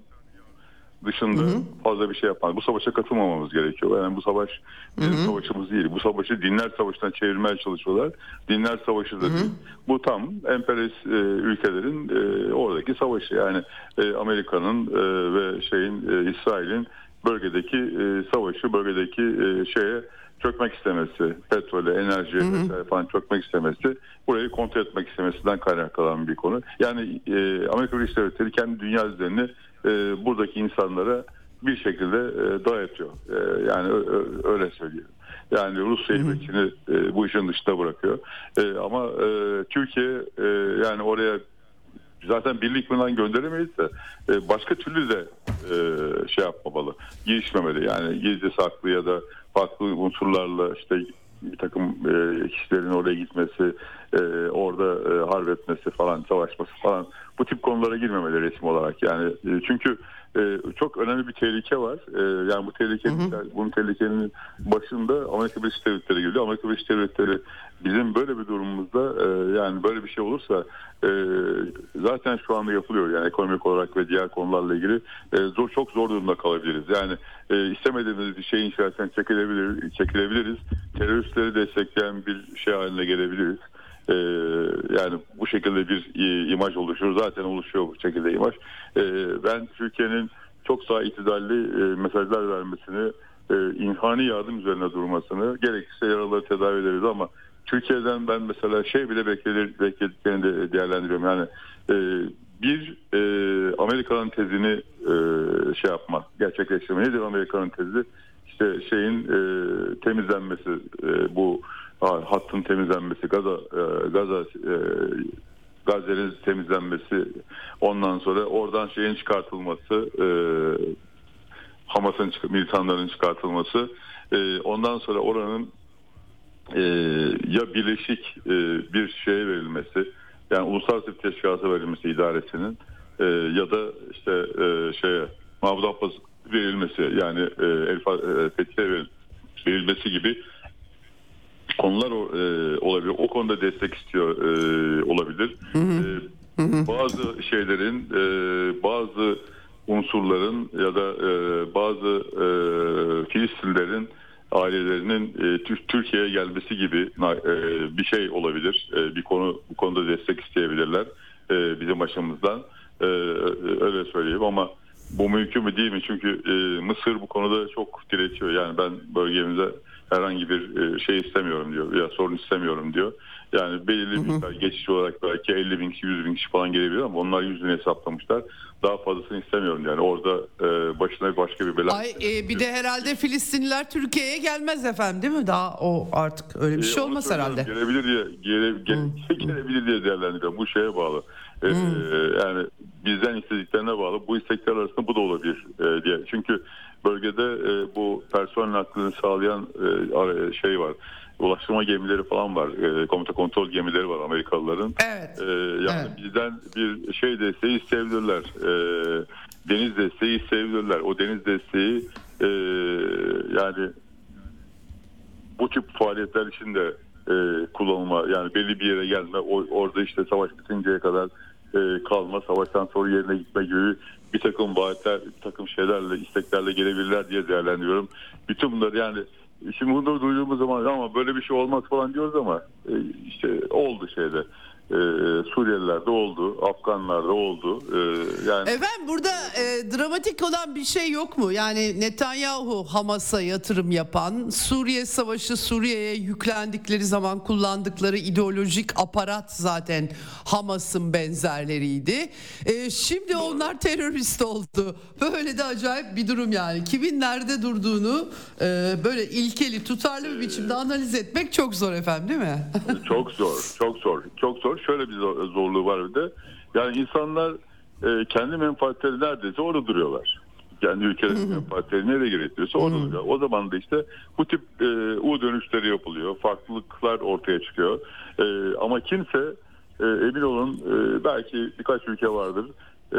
dışında hı hı. fazla bir şey yapmaz. Bu savaşa katılmamamız gerekiyor. Yani bu savaş bizim hı hı. savaşımız değil. Bu savaşı dinler savaşına çevirmeye çalışıyorlar. Dinler savaşı da değil. Bu tam emperyalist e, ülkelerin e, oradaki savaşı. Yani e, Amerika'nın e, ve şeyin e, İsrail'in bölgedeki e, savaşı, bölgedeki e, şeye çökmek istemesi, petrole, enerjiye vesaire falan çökmek istemesi, burayı kontrol etmek istemesinden kaynaklanan bir konu. Yani e, Amerika Birleşik Devletleri kendi dünya üzerine e, buradaki insanlara bir şekilde e, dayatıyor. E, yani ö, öyle söylüyorum. Yani Rusya'yı ve Çin'i e, bu işin dışında bırakıyor. E, ama e, Türkiye e, yani oraya zaten birlik falan gönderemeyiz de e, başka türlü de e, şey yapmamalı, girişmemeli. Yani gizli saklı ya da farklı unsurlarla işte bir takım e, kişilerin oraya gitmesi, e, orada e, harp etmesi falan, savaşması falan, bu tip konulara girmemeli resmi olarak. Yani e, çünkü e, çok önemli bir tehlike var. E, yani bu tehlikenin, hı hı. bunun tehlikenin başında Amerika Birleşik Devletleri geliyor. Amerika Birleşik Devletleri bizim böyle bir durumumuzda e, yani böyle bir şey olursa e, zaten şu anda yapılıyor. Yani ekonomik olarak ve diğer konularla ilgili e, zor çok zor durumda kalabiliriz. Yani e, istemediğimiz bir şeyin içerisinden çekilebilir, çekilebiliriz. Teröristleri destekleyen bir şey haline gelebiliriz. Ee, yani bu şekilde bir e, imaj oluşuyor. Zaten oluşuyor bu şekilde imaj. Ee, ben Türkiye'nin çok sağ itidalli e, mesajlar vermesini, e, insani yardım üzerine durmasını, gerekirse yaraları tedavi ederiz ama Türkiye'den ben mesela şey bile beklenir, beklediklerini de değerlendiriyorum. Yani e, bir e, Amerika'nın tezini e, şey yapma, gerçekleştirme. Nedir Amerika'nın tezi? İşte şeyin e, temizlenmesi, e, bu hattın temizlenmesi, Gaza, e, Gaza, e, Gazze'nin temizlenmesi, ondan sonra oradan şeyin çıkartılması, e, Hamas'ın, militanların çıkartılması, e, ondan sonra oranın e, ya birleşik e, bir şeye verilmesi, yani uluslararası bir teşkilata verilmesi idaresinin e, ya da işte e, şeye Mahmud Abbas verilmesi, yani e, El e, Fethi'ye verilmesi gibi konular e, olabilir. O konuda destek istiyor e, olabilir. Hı hı. E, hı hı. Bazı şeylerin, e, bazı unsurların ya da e, bazı e, Filistinlerin ailelerinin e, Türkiye'ye gelmesi gibi e, bir şey olabilir. E, bir konu, bu konuda destek isteyebilirler e, bizim başımızdan. E, öyle söyleyeyim ama bu mümkün mü değil mi? Çünkü e, Mısır bu konuda çok diretiyor. Yani ben bölgemize herhangi bir şey istemiyorum diyor ya sorun istemiyorum diyor. Yani belirli bir miktar geçici olarak belki elli bin kişi, yüz bin kişi falan gelebilir ama onlar yüzünü hesaplamışlar. Daha fazlasını istemiyorum yani. Orada e, başına başka bir bela. Ay e, bir de herhalde Filistinliler Türkiye'ye gelmez efendim değil mi? Daha o artık öyle bir şey e, olmaz herhalde. Gelebilir diye gele, gele, gelebilir diye değerlendiriyorum. Bu şeye bağlı. E, yani bizden istediklerine bağlı. Bu istekler arasında bu da olabilir e, diye. Çünkü bölgede e, bu personel hakkını sağlayan e, şey var. Ulaştırma gemileri falan var. E, komuta kontrol gemileri var Amerikalıların. Evet. E, yani evet. bizden bir şey desteği isteyebilirler. E, deniz desteği isteyebilirler. O deniz desteği e, yani bu tip faaliyetler için de e, kullanılma, yani belli bir yere gelme, o, orada işte savaş bitinceye kadar e, kalma, savaştan sonra yerine gitme gibi bir takım vaatler, bir takım şeylerle, isteklerle gelebilirler diye değerlendiriyorum. Bütün bunlar, yani şimdi bunları duyduğumuz zaman ama böyle bir şey olmaz falan diyoruz ama e, işte oldu şeyde. Ee, Suriyelilerde oldu, Afganlarda oldu. Ee, yani Efendim burada e, dramatik olan bir şey yok mu? Yani Netanyahu Hamas'a yatırım yapan, Suriye Savaşı, Suriye'ye yüklendikleri zaman kullandıkları ideolojik aparat zaten Hamas'ın benzerleriydi. E, şimdi onlar terörist oldu. Böyle de acayip bir durum yani. Kimin nerede durduğunu e, böyle ilkeli, tutarlı bir biçimde analiz etmek çok zor efendim, değil mi? Çok zor, çok zor, çok zor. Şöyle bir zorluğu var bir de. Yani insanlar e, kendi menfaatleri neredeyse orada duruyorlar. Kendi ülkelerinin menfaatleri nereye gerekiyorsa orada duruyor. O zaman da işte bu tip e, U dönüşleri yapılıyor. Farklılıklar ortaya çıkıyor. E, ama kimse e, emin olun e, belki birkaç ülke vardır. E,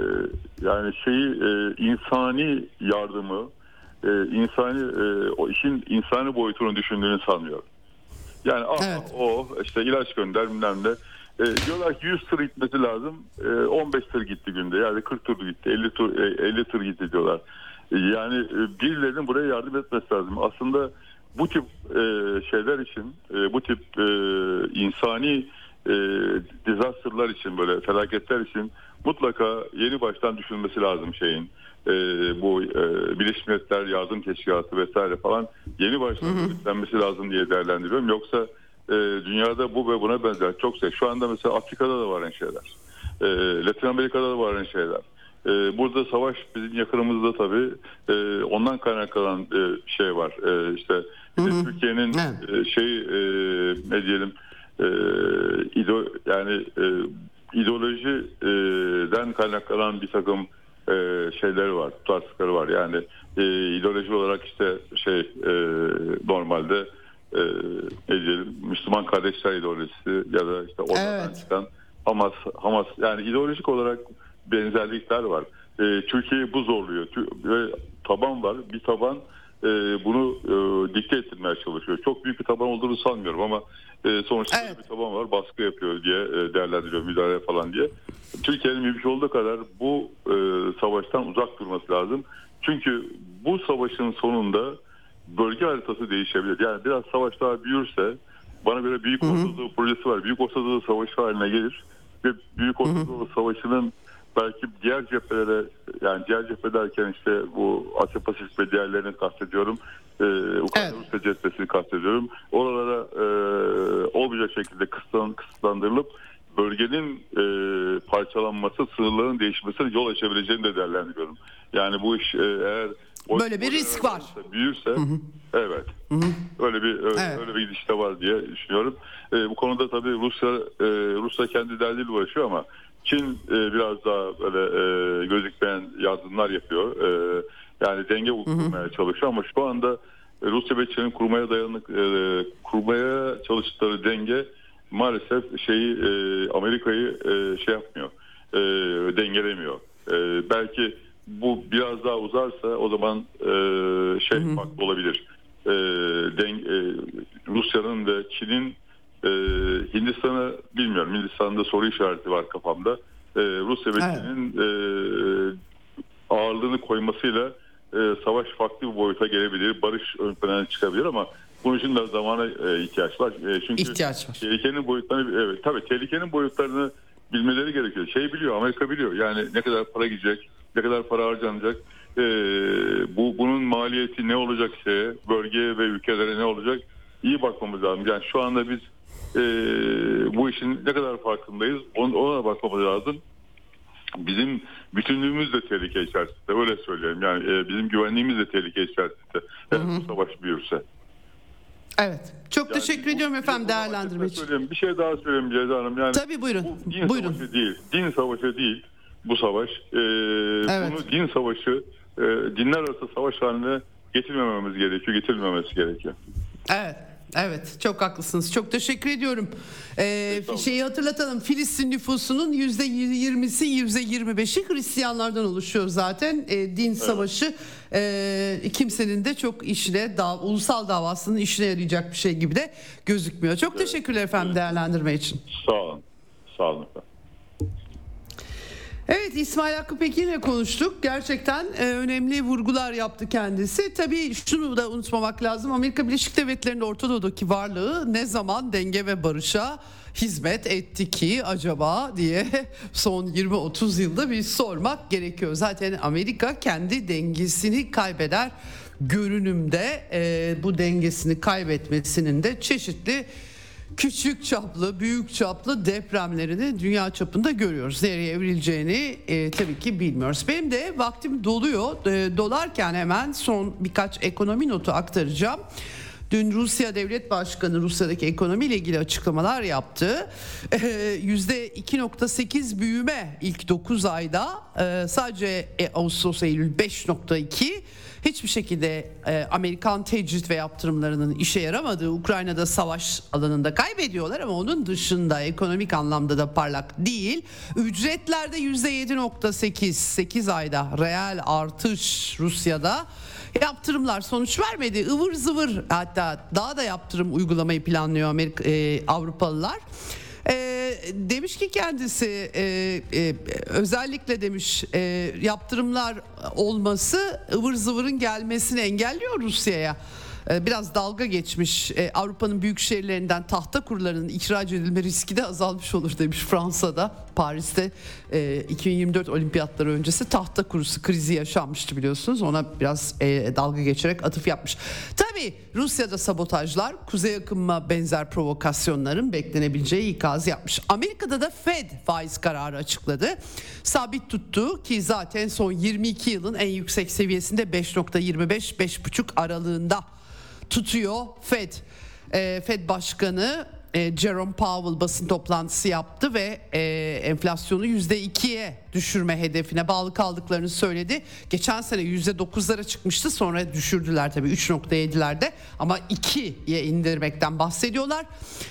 yani şeyi e, insani yardımı, e, insani e, o işin insani boyutunu düşündüğünü sanmıyorum. Yani Evet. o işte ilaç gönder bilmem ne. E, diyorlar ki yüz tır gitmesi lazım. E, on beş tır gitti günde. Yani kırk tır gitti. elli tır, e, elli tır gitti diyorlar. E, yani e, birilerinin buraya yardım etmesi lazım. Aslında bu tip e, şeyler için, e, bu tip e, insani e, disasterlar için, böyle felaketler için mutlaka yeni baştan düşünülmesi lazım şeyin. Ee, bu e, Birleşmiş Milletler Yardım Teşkilatı vesaire falan yeni baştan örgütlenmesi lazım diye değerlendiriyorum. Yoksa e, dünyada bu ve buna benzer çok şey. Şu anda mesela Afrika'da da var aynı şeyler. E, Latin Amerika'da da var aynı şeyler. E, burada savaş bizim yakınımızda tabii. E, ondan kaynaklanan e, şey var. E, işte Türkiye'nin e, şey e, ne diyelim e, ido, yani e, ideolojiden kaynaklanan bir takım e, şeyleri var, tutarsızlıkları var. Yani e, ideoloji olarak işte şey e, normalde e, ne diyelim Müslüman kardeşler ideolojisi ya da işte oradan Evet. çıkan Hamas, Hamas yani ideolojik olarak benzerlikler var. E, Türkiye'yi bu zorluyor ve taban var. Bir taban e, bunu e, dikte ettirmeye çalışıyor. Çok büyük bir taban olduğunu sanmıyorum ama e, sonuçta Evet. bir taban var, baskı yapıyor diye e, değerlendiriyor, müdahale falan diye. Türkiye'nin mümkün olduğu kadar bu e, savaştan uzak durması lazım. Çünkü bu savaşın sonunda bölge haritası değişebilir. Yani biraz savaş daha büyürse, bana göre Büyük Orta Doğu projesi var. Büyük Orta Doğu Savaşı haline gelir ve Büyük Orta Doğu Savaşı'nın belki diğer cephelere, yani diğer cephe derken işte bu Asya Pasifik ve diğerlerini kastediyorum. Ee, Ukrayna Evet. Rusya cephesini kastediyorum. Oralara e, olmayacak şekilde kısıtlan, kısıtlandırılıp bölgenin e, parçalanması, sınırların değişmesine yol açabileceğini de değerlendiriyorum. Yani bu iş e, eğer o, Böyle bir risk var. Büyürse, hı hı. evet. Hı hı. Öyle bir öyle, Evet. öyle bir gidişte var diye düşünüyorum. E, bu konuda tabii Rusya e, Rusya kendi derdiyle uğraşıyor ama Çin e, biraz daha böyle e, gözükmeyen yardımlar yapıyor. E, yani denge kurmaya çalışıyor ama şu anda e, Rusya ve Çin'in kurmaya dayanık e, kurmaya çalıştıkları denge maalesef şeyi e, Amerika'yı e, şey yapmıyor. E, dengelemiyor. E, belki bu biraz daha uzarsa o zaman e, şey farklı olabilir. E, denge, e, Rusya'nın ve Çin'in e, Hindistan'ı bilmiyorum. Hindistan'da soru işareti var kafamda. E, Rusya ve Evet. Çin'in e, ağırlığını koymasıyla e, savaş farklı bir boyuta gelebilir. Barış ön plana çıkabilir ama bunun için de zamana e, ihtiyaç var. E, çünkü İhtiyaç var. tehlikenin boyutlarını, evet tabii tehlikenin boyutlarını bilmeleri gerekiyor. Şey biliyor, Amerika biliyor. Yani ne kadar para gidecek, ne kadar para harcanacak, e, bu bunun maliyeti ne olacak şeye, bölgeye ve ülkelere ne olacak, iyi bakmamız lazım. Yani şu anda biz e, bu işin ne kadar farkındayız, ona, ona bakmamız lazım. Bizim bütünlüğümüz de tehlike içerisinde, öyle söyleyeyim. Yani e, bizim güvenliğimiz de tehlike içerisinde. Yani bu savaş büyürse. Evet. Çok Yani teşekkür bu, ediyorum efendim bu, değerlendirme için. Bir şey daha söyleyeyim Ceyda Hanım. Yani Tabii buyurun. bu din Buyurun. savaşı değil. Din savaşı değil bu savaş. Ee, Evet. Bunu din savaşı e, dinler arası savaş haline getirmememiz gerekiyor, getirilmemesi gerekiyor. Evet. Evet, çok haklısınız. Çok teşekkür ediyorum. Ee, şeyi hatırlatalım. Filistin nüfusunun yüzde yirmisi, yüzde yirmi beşi Hristiyanlardan oluşuyor zaten. Ee, din evet. savaşı e, kimsenin de çok işine, da, ulusal davasının işine yarayacak bir şey gibi de gözükmüyor. Çok evet. teşekkürler efendim evet. değerlendirme için. Sağ olun. Sağ olun efendim. Evet, İsmail Hakkı Pekin'le konuştuk. Gerçekten e, önemli vurgular yaptı kendisi. Tabii şunu da unutmamak lazım. Amerika Birleşik Devletleri'nin Orta Doğu'daki varlığı ne zaman denge ve barışa hizmet etti ki acaba diye son yirmi otuz yılda bir sormak gerekiyor. Zaten Amerika kendi dengesini kaybeder görünümde, e, bu dengesini kaybetmesinin de çeşitli küçük çaplı, büyük çaplı depremlerini dünya çapında görüyoruz. Nereye evrileceğini e, tabii ki bilmiyoruz. Benim de vaktim doluyor. E, dolarken hemen son birkaç ekonomi notu aktaracağım. Dün Rusya Devlet Başkanı Rusya'daki ekonomiyle ilgili açıklamalar yaptı. E, yüzde iki virgül sekiz büyüme ilk dokuz ayda, e, sadece e, Ağustos Eylül beş virgül iki. Hiçbir şekilde e, Amerikan tecrit ve yaptırımlarının işe yaramadığı, Ukrayna'da savaş alanında kaybediyorlar ama onun dışında ekonomik anlamda da parlak değil. Ücretlerde yüzde yedi virgül sekiz, sekiz ayda reel artış Rusya'da. Yaptırımlar sonuç vermedi. Ivır zıvır, hatta daha da yaptırım uygulamayı planlıyor Amerika, e, Avrupalılar. E, demiş ki kendisi e, e, özellikle demiş e, yaptırımlar olması ıvır zıvırın gelmesini engelliyor Rusya'ya. E, biraz dalga geçmiş. E, Avrupa'nın büyük şehirlerinden tahta kurularının ihraç edilme riski de azalmış olur demiş. Fransa'da, Paris'te e, iki bin yirmi dört olimpiyatları öncesi tahta kurusu krizi yaşanmıştı biliyorsunuz. Ona biraz e, dalga geçerek atıf yapmış. Tabii Rusya'da sabotajlar, kuzey akımına benzer provokasyonların beklenebileceği ikazı yapmış. Amerika'da da Fed faiz kararı açıkladı. Sabit tuttu ki zaten son yirmi iki yılın en yüksek seviyesinde beş virgül yirmi beş beş virgül beş aralığında tutuyor Fed. E, Fed Başkanı e, Jerome Powell basın toplantısı yaptı ve e, enflasyonu yüzde ikiye düşürme hedefine bağlı kaldıklarını söyledi. Geçen sene yüzde dokuzlara çıkmıştı, sonra düşürdüler tabii üç virgül yedilerde ama ikiye indirmekten bahsediyorlar.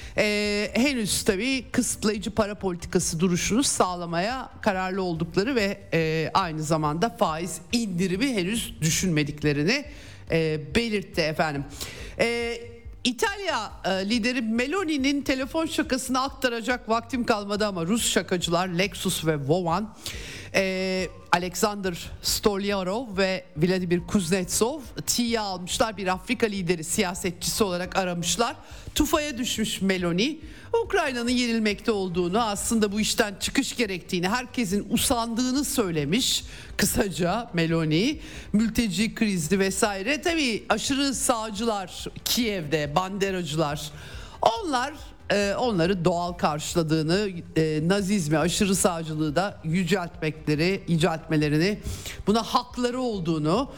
E, henüz tabii kısıtlayıcı para politikası duruşunu sağlamaya kararlı oldukları ve e, aynı zamanda faiz indirimi henüz düşünmediklerini E, belirtti efendim. E, İtalya e, lideri Meloni'nin telefon şakasını aktaracak vaktim kalmadı ama Rus şakacılar Lexus ve Vovan, e, Alexander Stolyarov ve Vladimir Kuznetsov tiye almışlar. Bir Afrika lideri siyasetçisi olarak aramışlar. Tufaya düşmüş Meloni, Ukrayna'nın yenilmekte olduğunu, aslında bu işten çıkış gerektiğini, herkesin usandığını söylemiş kısaca Meloni. Mülteci krizi vesaire. Tabii aşırı sağcılar Kiev'de, banderacılar, onlar e, onları doğal karşıladığını, e, Nazizmi, aşırı sağcılığı da yüceltmekleri, yüceltmelerini, buna hakları olduğunu,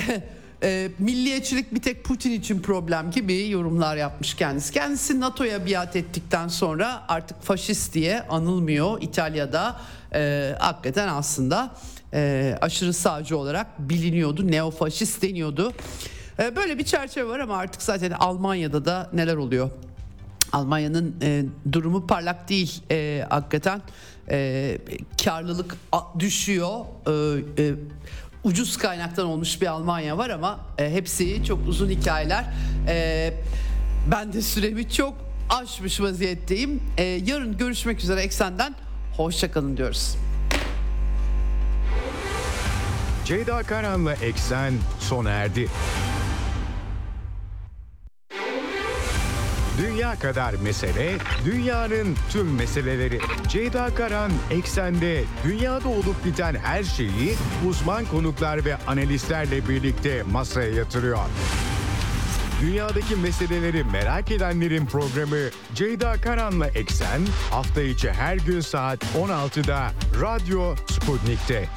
E, milliyetçilik bir tek Putin için problem gibi yorumlar yapmış kendisi. Kendisi NATO'ya biat ettikten sonra artık faşist diye anılmıyor İtalya'da. E, hakikaten aslında e, aşırı sağcı olarak biliniyordu, neofaşist deniyordu. E, böyle bir çerçeve var ama artık zaten Almanya'da da neler oluyor? Almanya'nın e, durumu parlak değil e, hakikaten. E, karlılık düşüyor. E, e, ucuz kaynaktan olmuş bir Almanya var ama e, hepsi çok uzun hikayeler. E, ben de süremi çok aşmış vaziyetteyim. E, yarın görüşmek üzere Eksen'den. Hoşçakalın diyoruz. Ceyda Karan'la Eksen sona erdi. Dünya kadar mesele, dünyanın tüm meseleleri. Ceyda Karan Eksen'de dünyada olup biten her şeyi uzman konuklar ve analistlerle birlikte masaya yatırıyor. Dünyadaki meseleleri merak edenlerin programı Ceyda Karan'la Eksen hafta içi her gün saat on altıda Radyo Sputnik'te.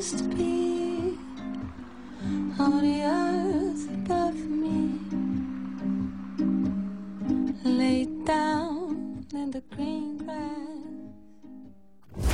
used to be on the earth above me, laid down in the green